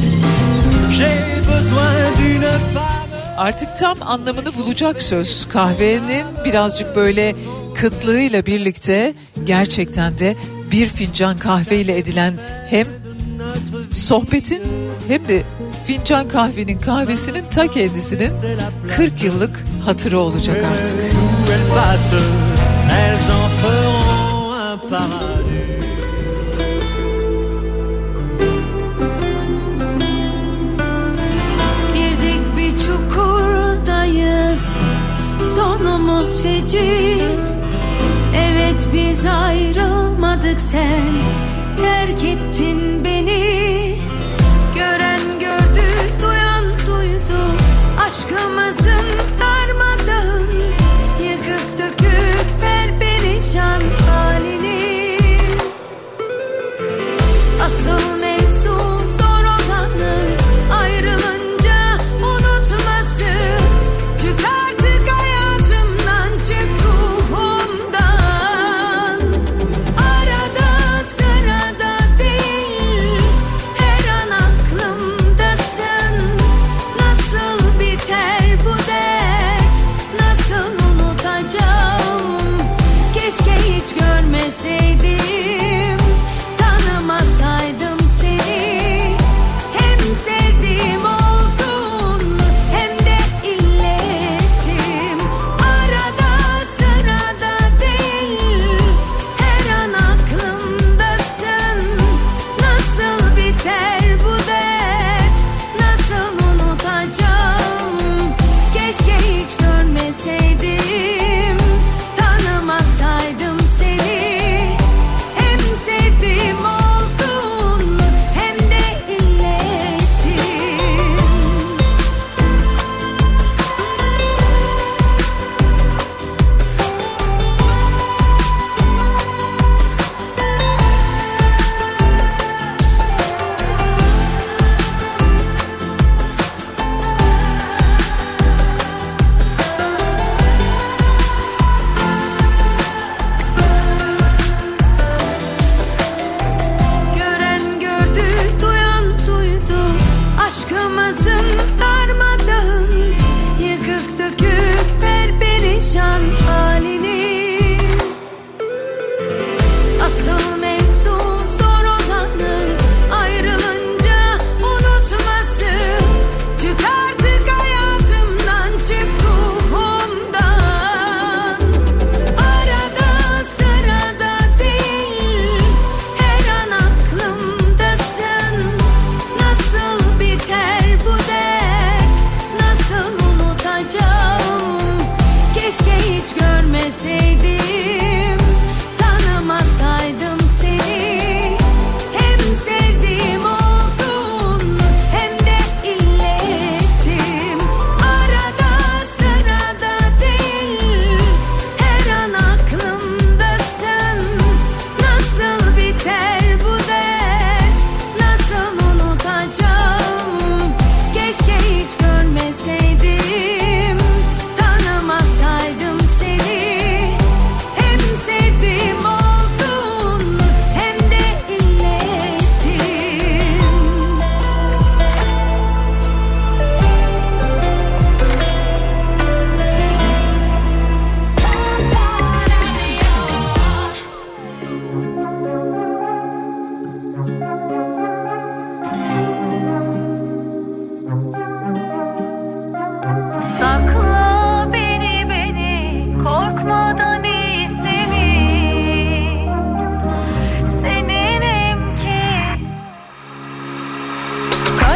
Artık tam anlamını bulacak söz. Kahvenin birazcık böyle kıtlığıyla birlikte gerçekten de bir fincan kahveyle edilen hem sohbetin hem de fincan kahvenin, kahvesinin ta kendisinin kırk yıllık hatırı olacak artık.
Girdik bir çukurdayız, sonumuz feci. Evet biz ayrılmadık, sen terk ettin beni. Gören gördü, duyan duydu aşkımızın darmadağın, yıkık döküp perperişan halini. Asıl mevzu zor olanın ayrılınca unutması. Çık artık hayatımdan, çık ruhumdan. Arada sırada değil,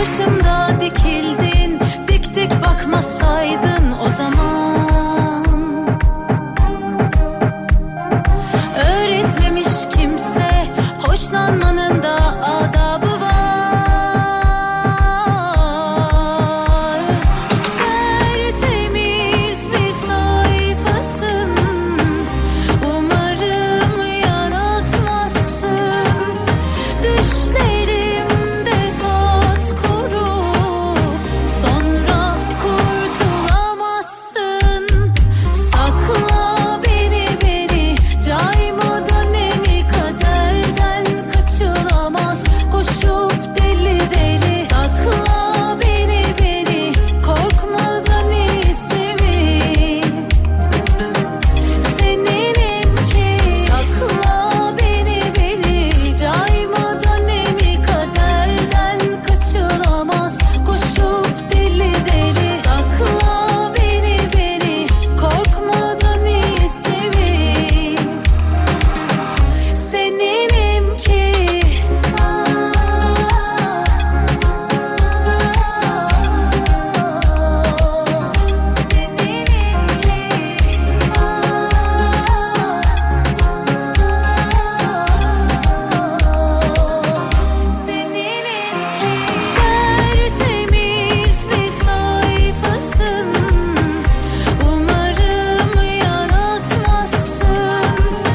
başımda dikildin, dik dik bakmasaydın o zaman. Öğretmemiş kimse hoşlanmanın da adabı var. Tertemiz bir sayfasın, umarım yanıltmazsın. Düşlerimde tat kuru, sonra kurtulamazsın. Sakla beni beni, caymadan emi kaderden kaçılamaz. Koşup deli deli, sakla beni beni, korkmadan iyisimi. Seninim ki, sakla beni beni, caymadan emi kaderden kaçılamaz. Koşup deli deli, sakla beni beni, korkmadan iyisimi. Seninim ki. Tertemiz bir sayfasın, umarım yanıltmazsın.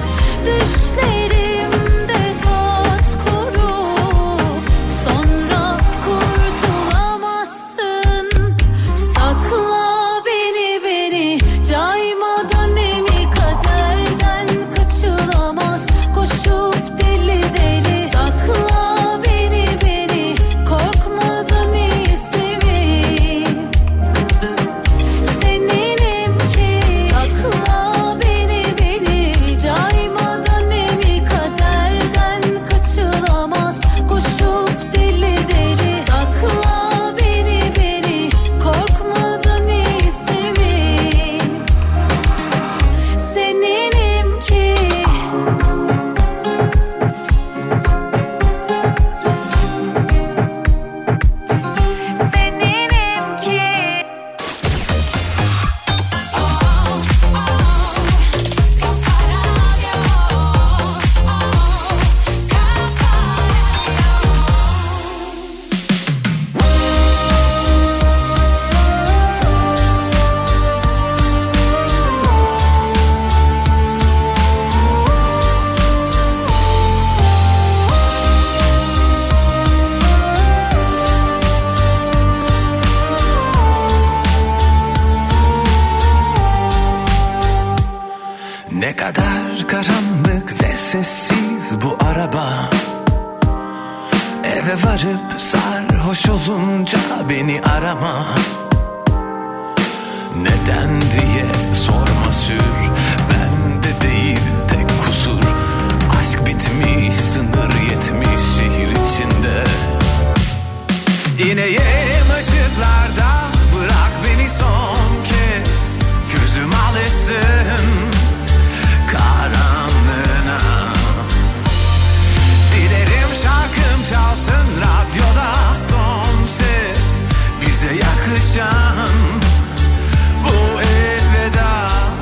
Düşlerimde tat kuru, sonra kurtulamazsın. Sakla beni beni, caymadan emi kaderden kaçılamaz. Koşup deli deli, sakla beni beni, korkmadan iyisimi. Seninim ki, sakla beni beni, caymadan emi kaderden kaçılamaz. Koşup deli deli, sakla beni beni, korkmadan iyisimi. Seninim ki. Seninim ki.
Ne kadar karanlık ve sessiz bu araba. Eve varıp sarhoş olunca beni arama. Neden diye sorma sür, bende değil tek kusur. Aşk bitmiş, sınır yetmiş şehir içinde. İneyim ışıklarda, bırak beni son kez. Gözüm alışsın karanlığına. Dilerim şarkım çalsın radyoda son ses. Bize yakışan bu elveda.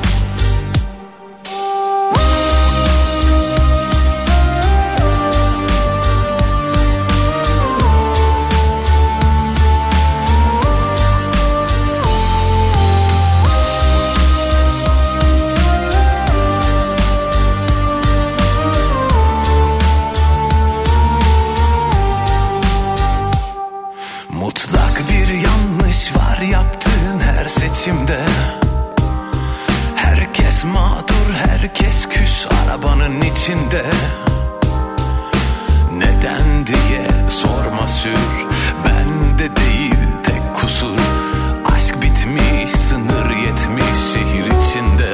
Mutlak bir yanlış var yaptığın her seçimde. Herkes mağdur, herkes küs arabanın içinde. Neden diye sorma sür, bende değil tek kusur. Aşk bitmiş, sınır yetmiş şehir içinde.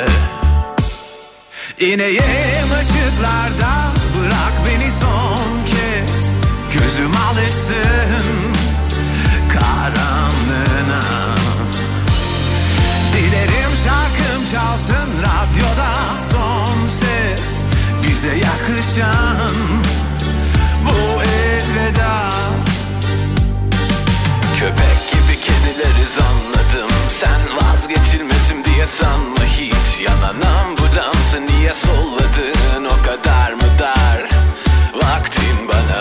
İneyim ışıklarda, bırak beni son kez. Gözüm alışsın karanlığına. Dilerim şarkım çalsın radyoda son ses. Bize yakışan bu elveda.
dileriz anladım. Sen vazgeçilmezim diye sanma hiç. Yanan ambulansı niye solladın, o kadar mı dar vaktin bana?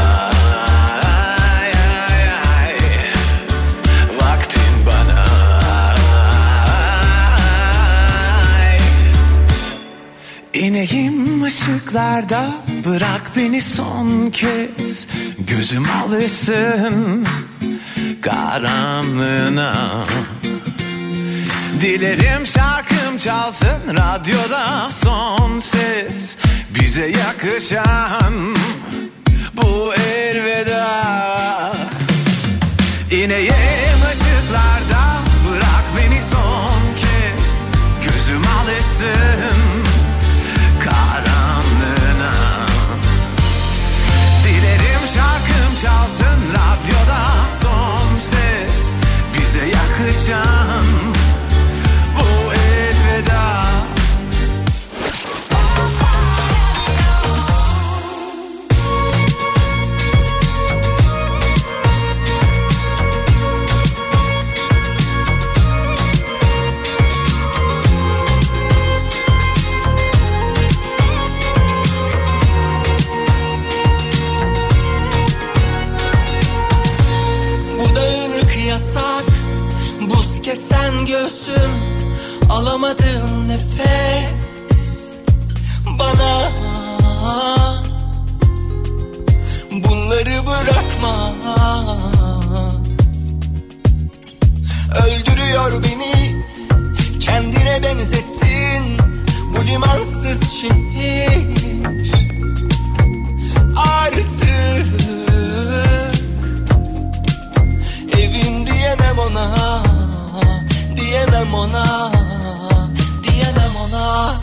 Ay, ay, ay. Vaktin bana. Ay. İneyim ışıklarda, bırak beni son kez. Gözüm alışsın karanlığına. Dilerim şarkım çalsın radyoda son ses. Bize yakışan bu elveda. İneyim ışıklarda, bırak beni son kez. Gözüm alışsın karanlığına. Dilerim şarkım çalsın radyoda son ses. Bize yakışan bu elveda.
Yatsak, buz kesen göğsüm, alamadığım nefes bana. Bunları bırakma, öldürüyor beni. Kendine benzettin bu limansız şehir. Artık evim diyemem ona, diyemem ona, diyemem ona.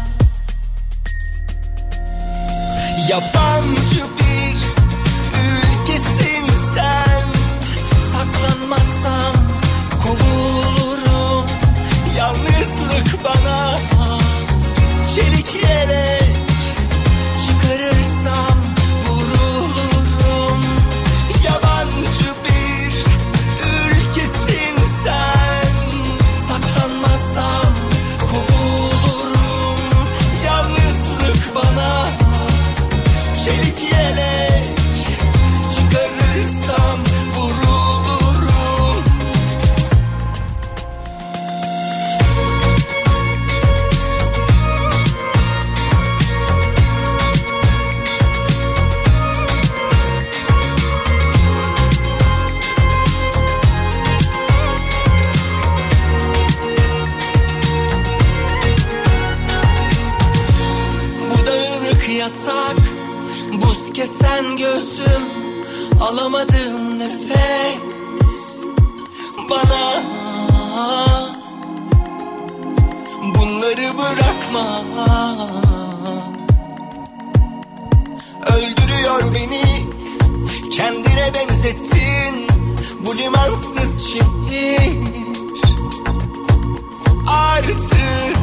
Yabancı bir ülkesin sen, saklanmazsam kovulurum. Yalnızlık bana çelik yelek, çıkarırsam vurulurum. Yabancı bir ülkesin sen, saklanmazsam kovulurum. Yalnızlık bana çelik yelek, çıkarırsam vurulurum. Bu dağınık yatsak, buz kesen göğsüm, alamadığım nefes bana. Bunları bırakma, öldürüyor beni. Kendine benzettin bu limansız şehir. Artık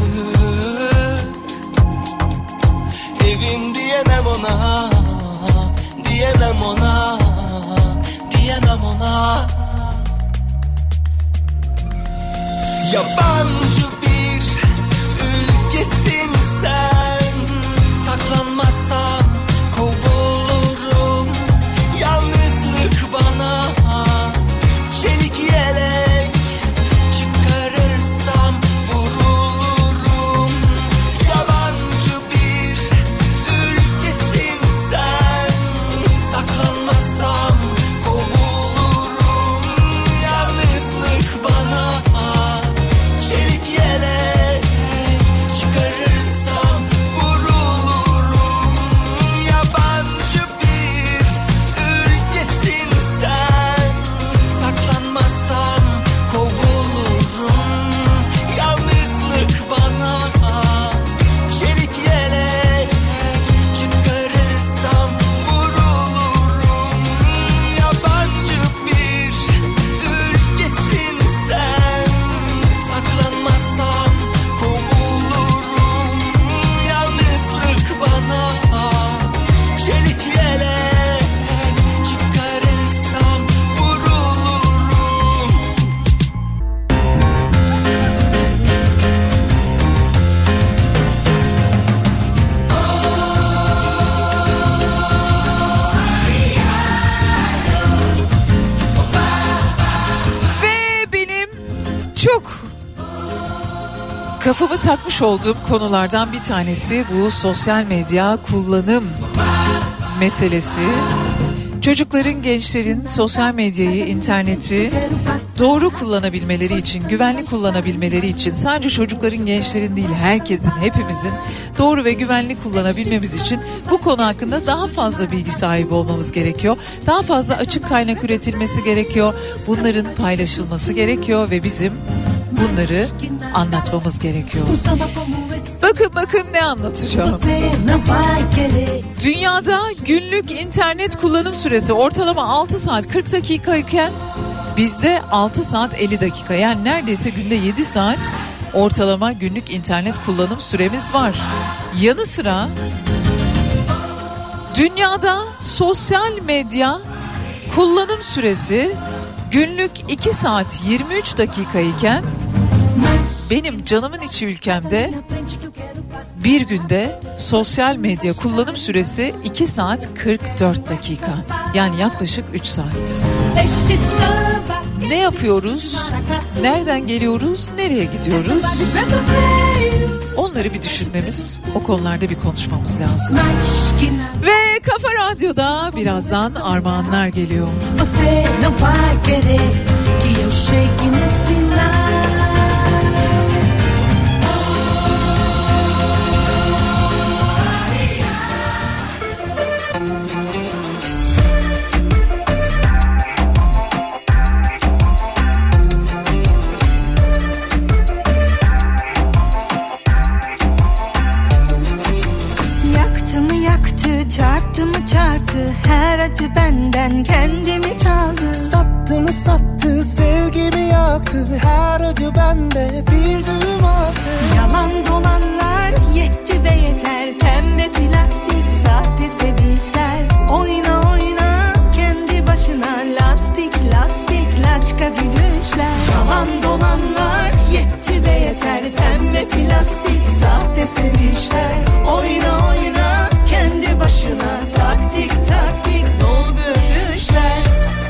evim diyemem ona, diyemem ona, diyemem ona. Yabancı bir ülkesin sen, saklanmazsam kovulurum. Yalnızlık bana çelik yelek, çıkarırsam vurulurum. Yabancı bir ülkesin sen, saklanmazsam kovulurum. Yalnızlık bana çelik
Kafamı takmış olduğum konulardan bir tanesi bu sosyal medya kullanım meselesi. Çocukların, gençlerin sosyal medyayı, interneti doğru kullanabilmeleri için, güvenli kullanabilmeleri için, sadece çocukların, gençlerin değil, herkesin, hepimizin doğru ve güvenli kullanabilmemiz için bu konu hakkında daha fazla bilgi sahibi olmamız gerekiyor. Daha fazla açık kaynak üretilmesi gerekiyor. Bunların paylaşılması gerekiyor ve bizim bunları anlatmamız gerekiyor. Bakın bakın ne anlatacağım. Dünyada günlük internet kullanım süresi ortalama altı saat kırk dakika iken bizde altı saat elli dakika. Yani neredeyse günde yedi saat ortalama günlük internet kullanım süremiz var. Yanı sıra dünyada sosyal medya kullanım süresi günlük iki saat yirmi üç dakika iken benim canımın içi ülkemde bir günde sosyal medya kullanım süresi iki saat kırk dört dakika. Yani yaklaşık üç saat. Ne yapıyoruz? Nereden geliyoruz? Nereye gidiyoruz? Onları bir düşünmemiz, o konularda bir konuşmamız lazım. Ve Kafa Radyo'da birazdan armağanlar geliyor.
Çarptı mı çarptı her acı benden kendimi çaldı.
Sattı mı sattı sevgimi yaktı her acı bende bir düğüm attı.
Yalan dolanlar yetti be yeter, pembe plastik sahte sevinçler. Oyna oyna kendi başına lastik lastik laçka gülüşler. Yalan dolanlar yetti be yeter, pembe plastik sahte sevinçler. Oyna oyna kendi başına taktik taktik dolgu öpüşler.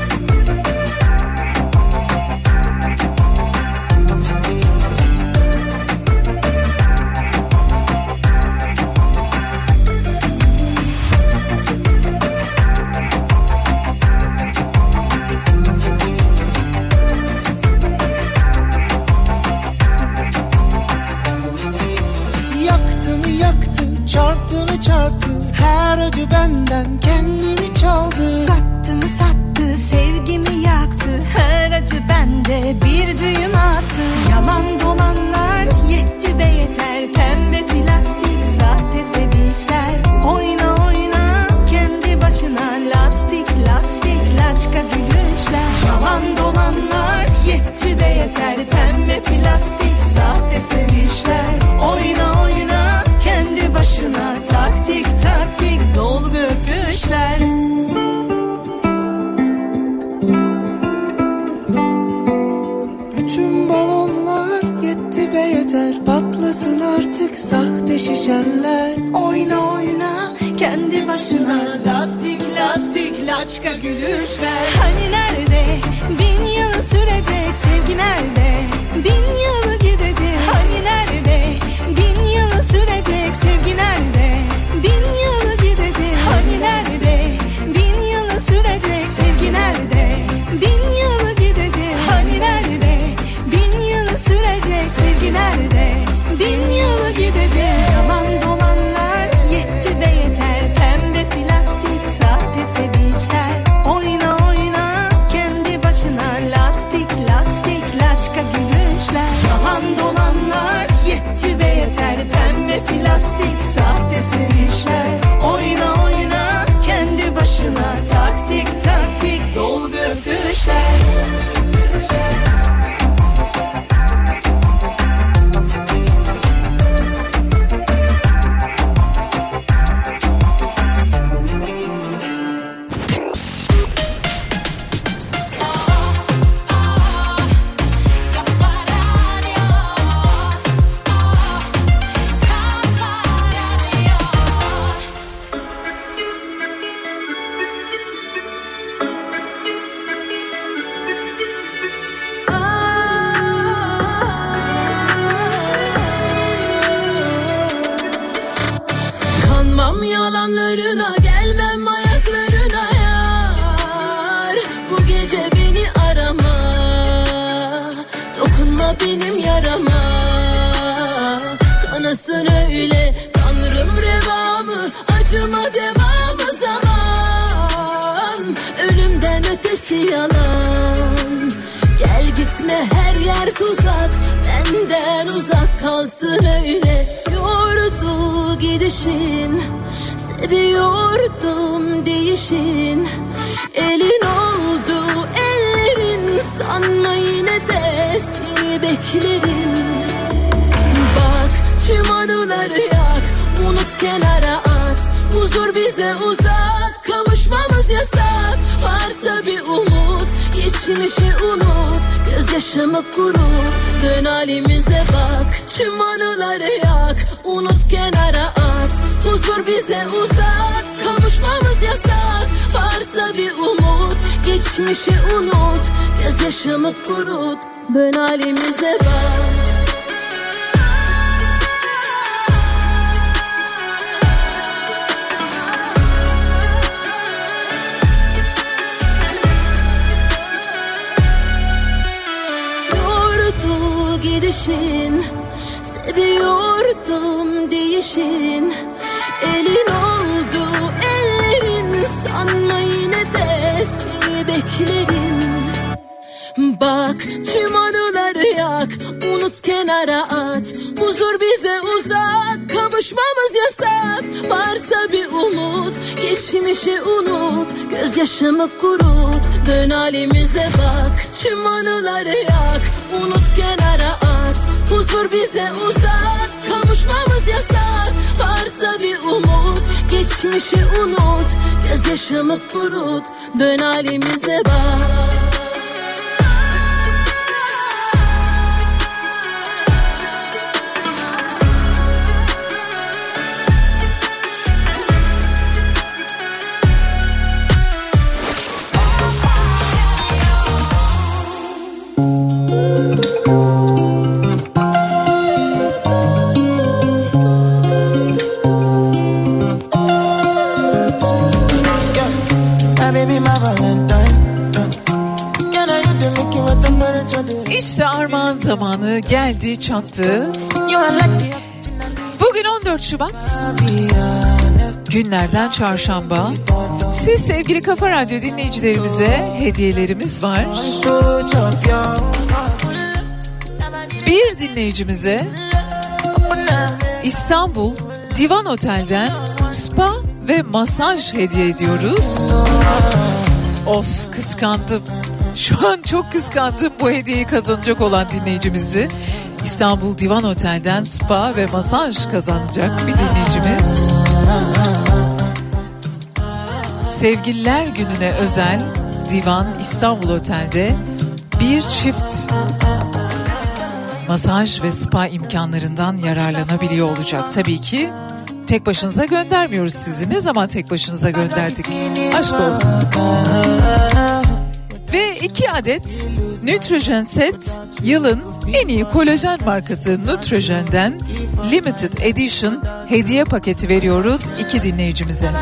Yaktı mı yaktı, çarptı mı çarptı her acı benden kendimi çaldı.
Sattı mı sattı sevgimi yaktı her acı bende bir düğüm attı. Yalan dolanlar yetti be yeter, pembe plastik sahte sevinçler. Oyna oyna kendi başına lastik lastik laçka gülüşler. Yalan dolanlar yetti be yeter, pembe plastik sahte sevinçler. Oyna oyna kendi başına taktik taktik dolgu öpüşler.
Bütün balonlar yetti be yeter, patlasın artık sahte şişenler.
Oyna oyna kendi başına lastik lastik laçka gülüşler. Hani nerede bin yıl sürecek sevgi, nerede bin yıl gidecek. Hani nerede bin yıl sürecek sevgi, nerede bin yıl gidecek. Hani nerede bin yıl sürecek sevgi, nerede bin yıl gidecek. Hani nerede bin yıl sürecek sevgi, nerede bin yıl gidecek. Yalan dolanlar yetti be yeter, pembe plastik sahte sevinçler. Oyna oyna kendi başına lastik lastik laçka gülüşler.
ötesi yalan. Gel gitme her yer tuzak, benden uzak kalsın öyle. Yordu gidişin, seviyordum değişin. Elin oldu ellerin, sanma yine de seni beklerim. Bak tüm anıları yak, unut kenara at. Huzur bize uzak, kavuşmamız yasak. Varsa bir umut, geçmişi unut. Gözyaşımı kurut, dön halimize bak. Tüm anıları yak, unut kenara at. Huzur bize uzak, kavuşmamız yasak. Varsa bir umut, geçmişi unut. Gözyaşımı kurut, dön halimize bak. Gidişin, seviyordum değişin. Elin oldu ellerin, sanma yine de seni beklerim. Bak tüm anıları yak, unut kenara at. Huzur bize uzak, kavuşmamız yasak. Varsa bir umut, geçmişi unut. Gözyaşımı kurut, dön halimize bak. Tüm anıları yak, unut kenara at. Huzur bize uzak, kavuşmamız yasak. Varsa bir umut, geçmişi unut. Gözyaşımı kurut, dön halimize bak.
İşte armağan zamanı geldi çattı. Bugün on dört Şubat, günlerden çarşamba. Siz sevgili Kafa Radyo dinleyicilerimize hediyelerimiz var. Bir dinleyicimize İstanbul Divan Otel'den spa ve masaj hediye ediyoruz. Of, kıskandım. Şu an çok kıskandım bu hediyeyi kazanacak olan dinleyicimizi. İstanbul Divan Otel'den spa ve masaj kazanacak bir dinleyicimiz. Sevgililer Günü'ne özel Divan İstanbul Otel'de bir çift masaj ve spa imkanlarından yararlanabiliyor olacak. Tabii ki tek başınıza göndermiyoruz sizi. Ne zaman tek başınıza gönderdik? Aşk olsun. Ve iki adet Nutrijen set, yılın en iyi kolajen markası Nutrijen'den Limited Edition hediye paketi veriyoruz iki dinleyicimize.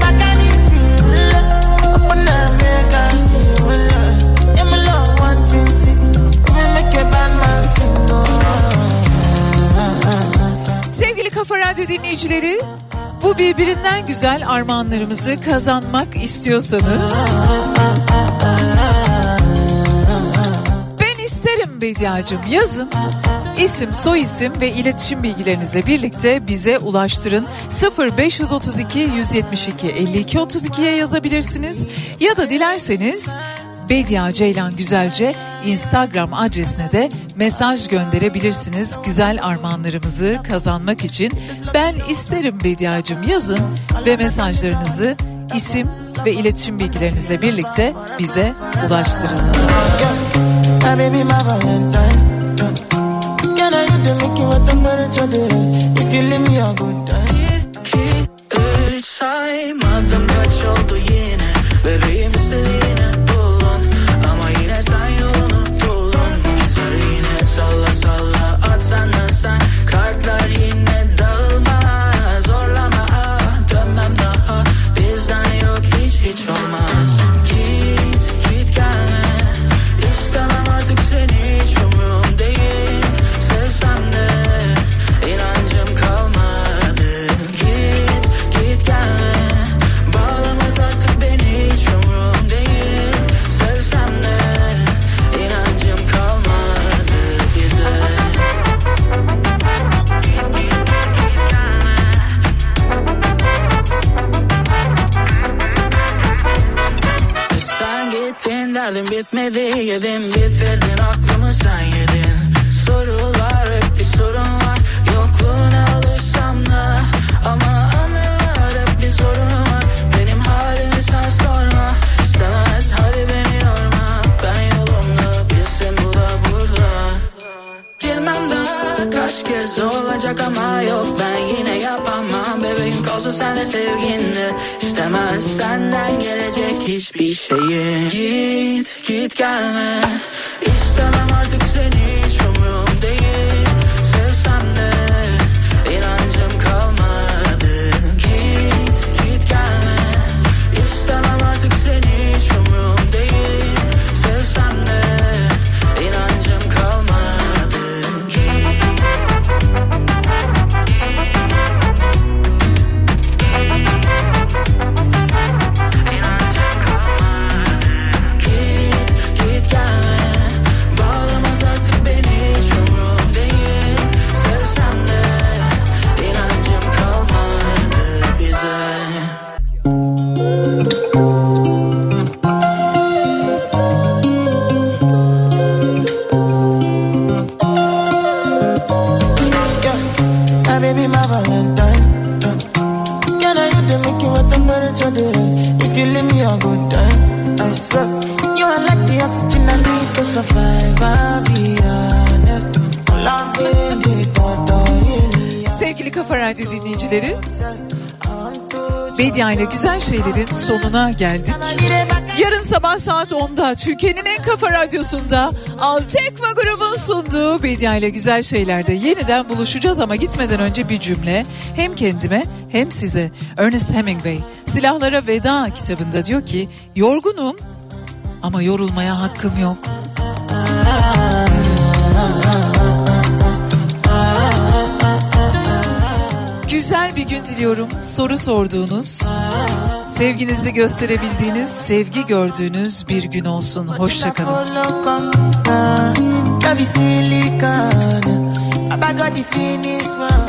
Sevgili Kafa Radyo dinleyicileri, bu birbirinden güzel armağanlarımızı kazanmak istiyorsanız ben isterim Bediacığım yazın. İsim, soyisim ve iletişim bilgilerinizle birlikte bize ulaştırın. sıfır beş otuz iki yüz yetmiş iki elli iki otuz iki'ye yazabilirsiniz. Ya da dilerseniz Bedia Ceylan Güzelce Instagram adresine de mesaj gönderebilirsiniz. Güzel armağanlarımızı kazanmak için ben isterim Bediacığım yazın ve mesajlarınızı isim ve iletişim bilgilerinizle birlikte bize ulaştırın.
Saymadım kaç oldu yine, bebeğim yine buldun ama yine sen yolunu buldun. Sarı yine salla salla atsana sen, kartlar yine dağılmaz. Zorlama ah, dönmem daha, bizden yok hiç hiç olmaz. Git git gelme, istemem artık seni, hiç umrum değil. Sevsem de inancım kalmadı. Git derdim bitmedi, yedim bitirdin aklımı sen yedin. Sorular hep bir sorun var, yokluğuna alışsam da ama anılar hep bir sorun var. Benim halimi sen sorma, istemez hadi beni yorma. Ben yolumda bilsin bu da burada. Bilmem daha kaç kez olacak ama yok, ben yine yapamam. Bebeğim kalsın sen de sevginle, istemez senden gelecek hiçbir şeyi. Git git gelme, istemem artık seni, hiç umrum değil. Sevsem de inancım kalmadı. Git git gelme, istemem artık seni, hiç umrum değil. Sevsem de inancım kalmadı.
If you leave me a good time, I swear you are like the oxygen I need to survive. I'll be honest, loving it.
Sevgili Kafa Radyo dinleyicileri, Bedia ile güzel şeylerin sonuna geldik. Yarın sabah saat onda Türkiye'nin en kafa radyosunda Altekma grubun sunduğu Bedia ile güzel şeylerde yeniden buluşacağız ama gitmeden önce bir cümle hem kendime hem size. Ernest Hemingway Silahlara Veda kitabında diyor ki, yorgunum ama yorulmaya hakkım yok. Güzel bir gün diliyorum. Soru sorduğunuz, sevginizi gösterebildiğiniz, sevgi gördüğünüz bir gün olsun. Hoşça kalın.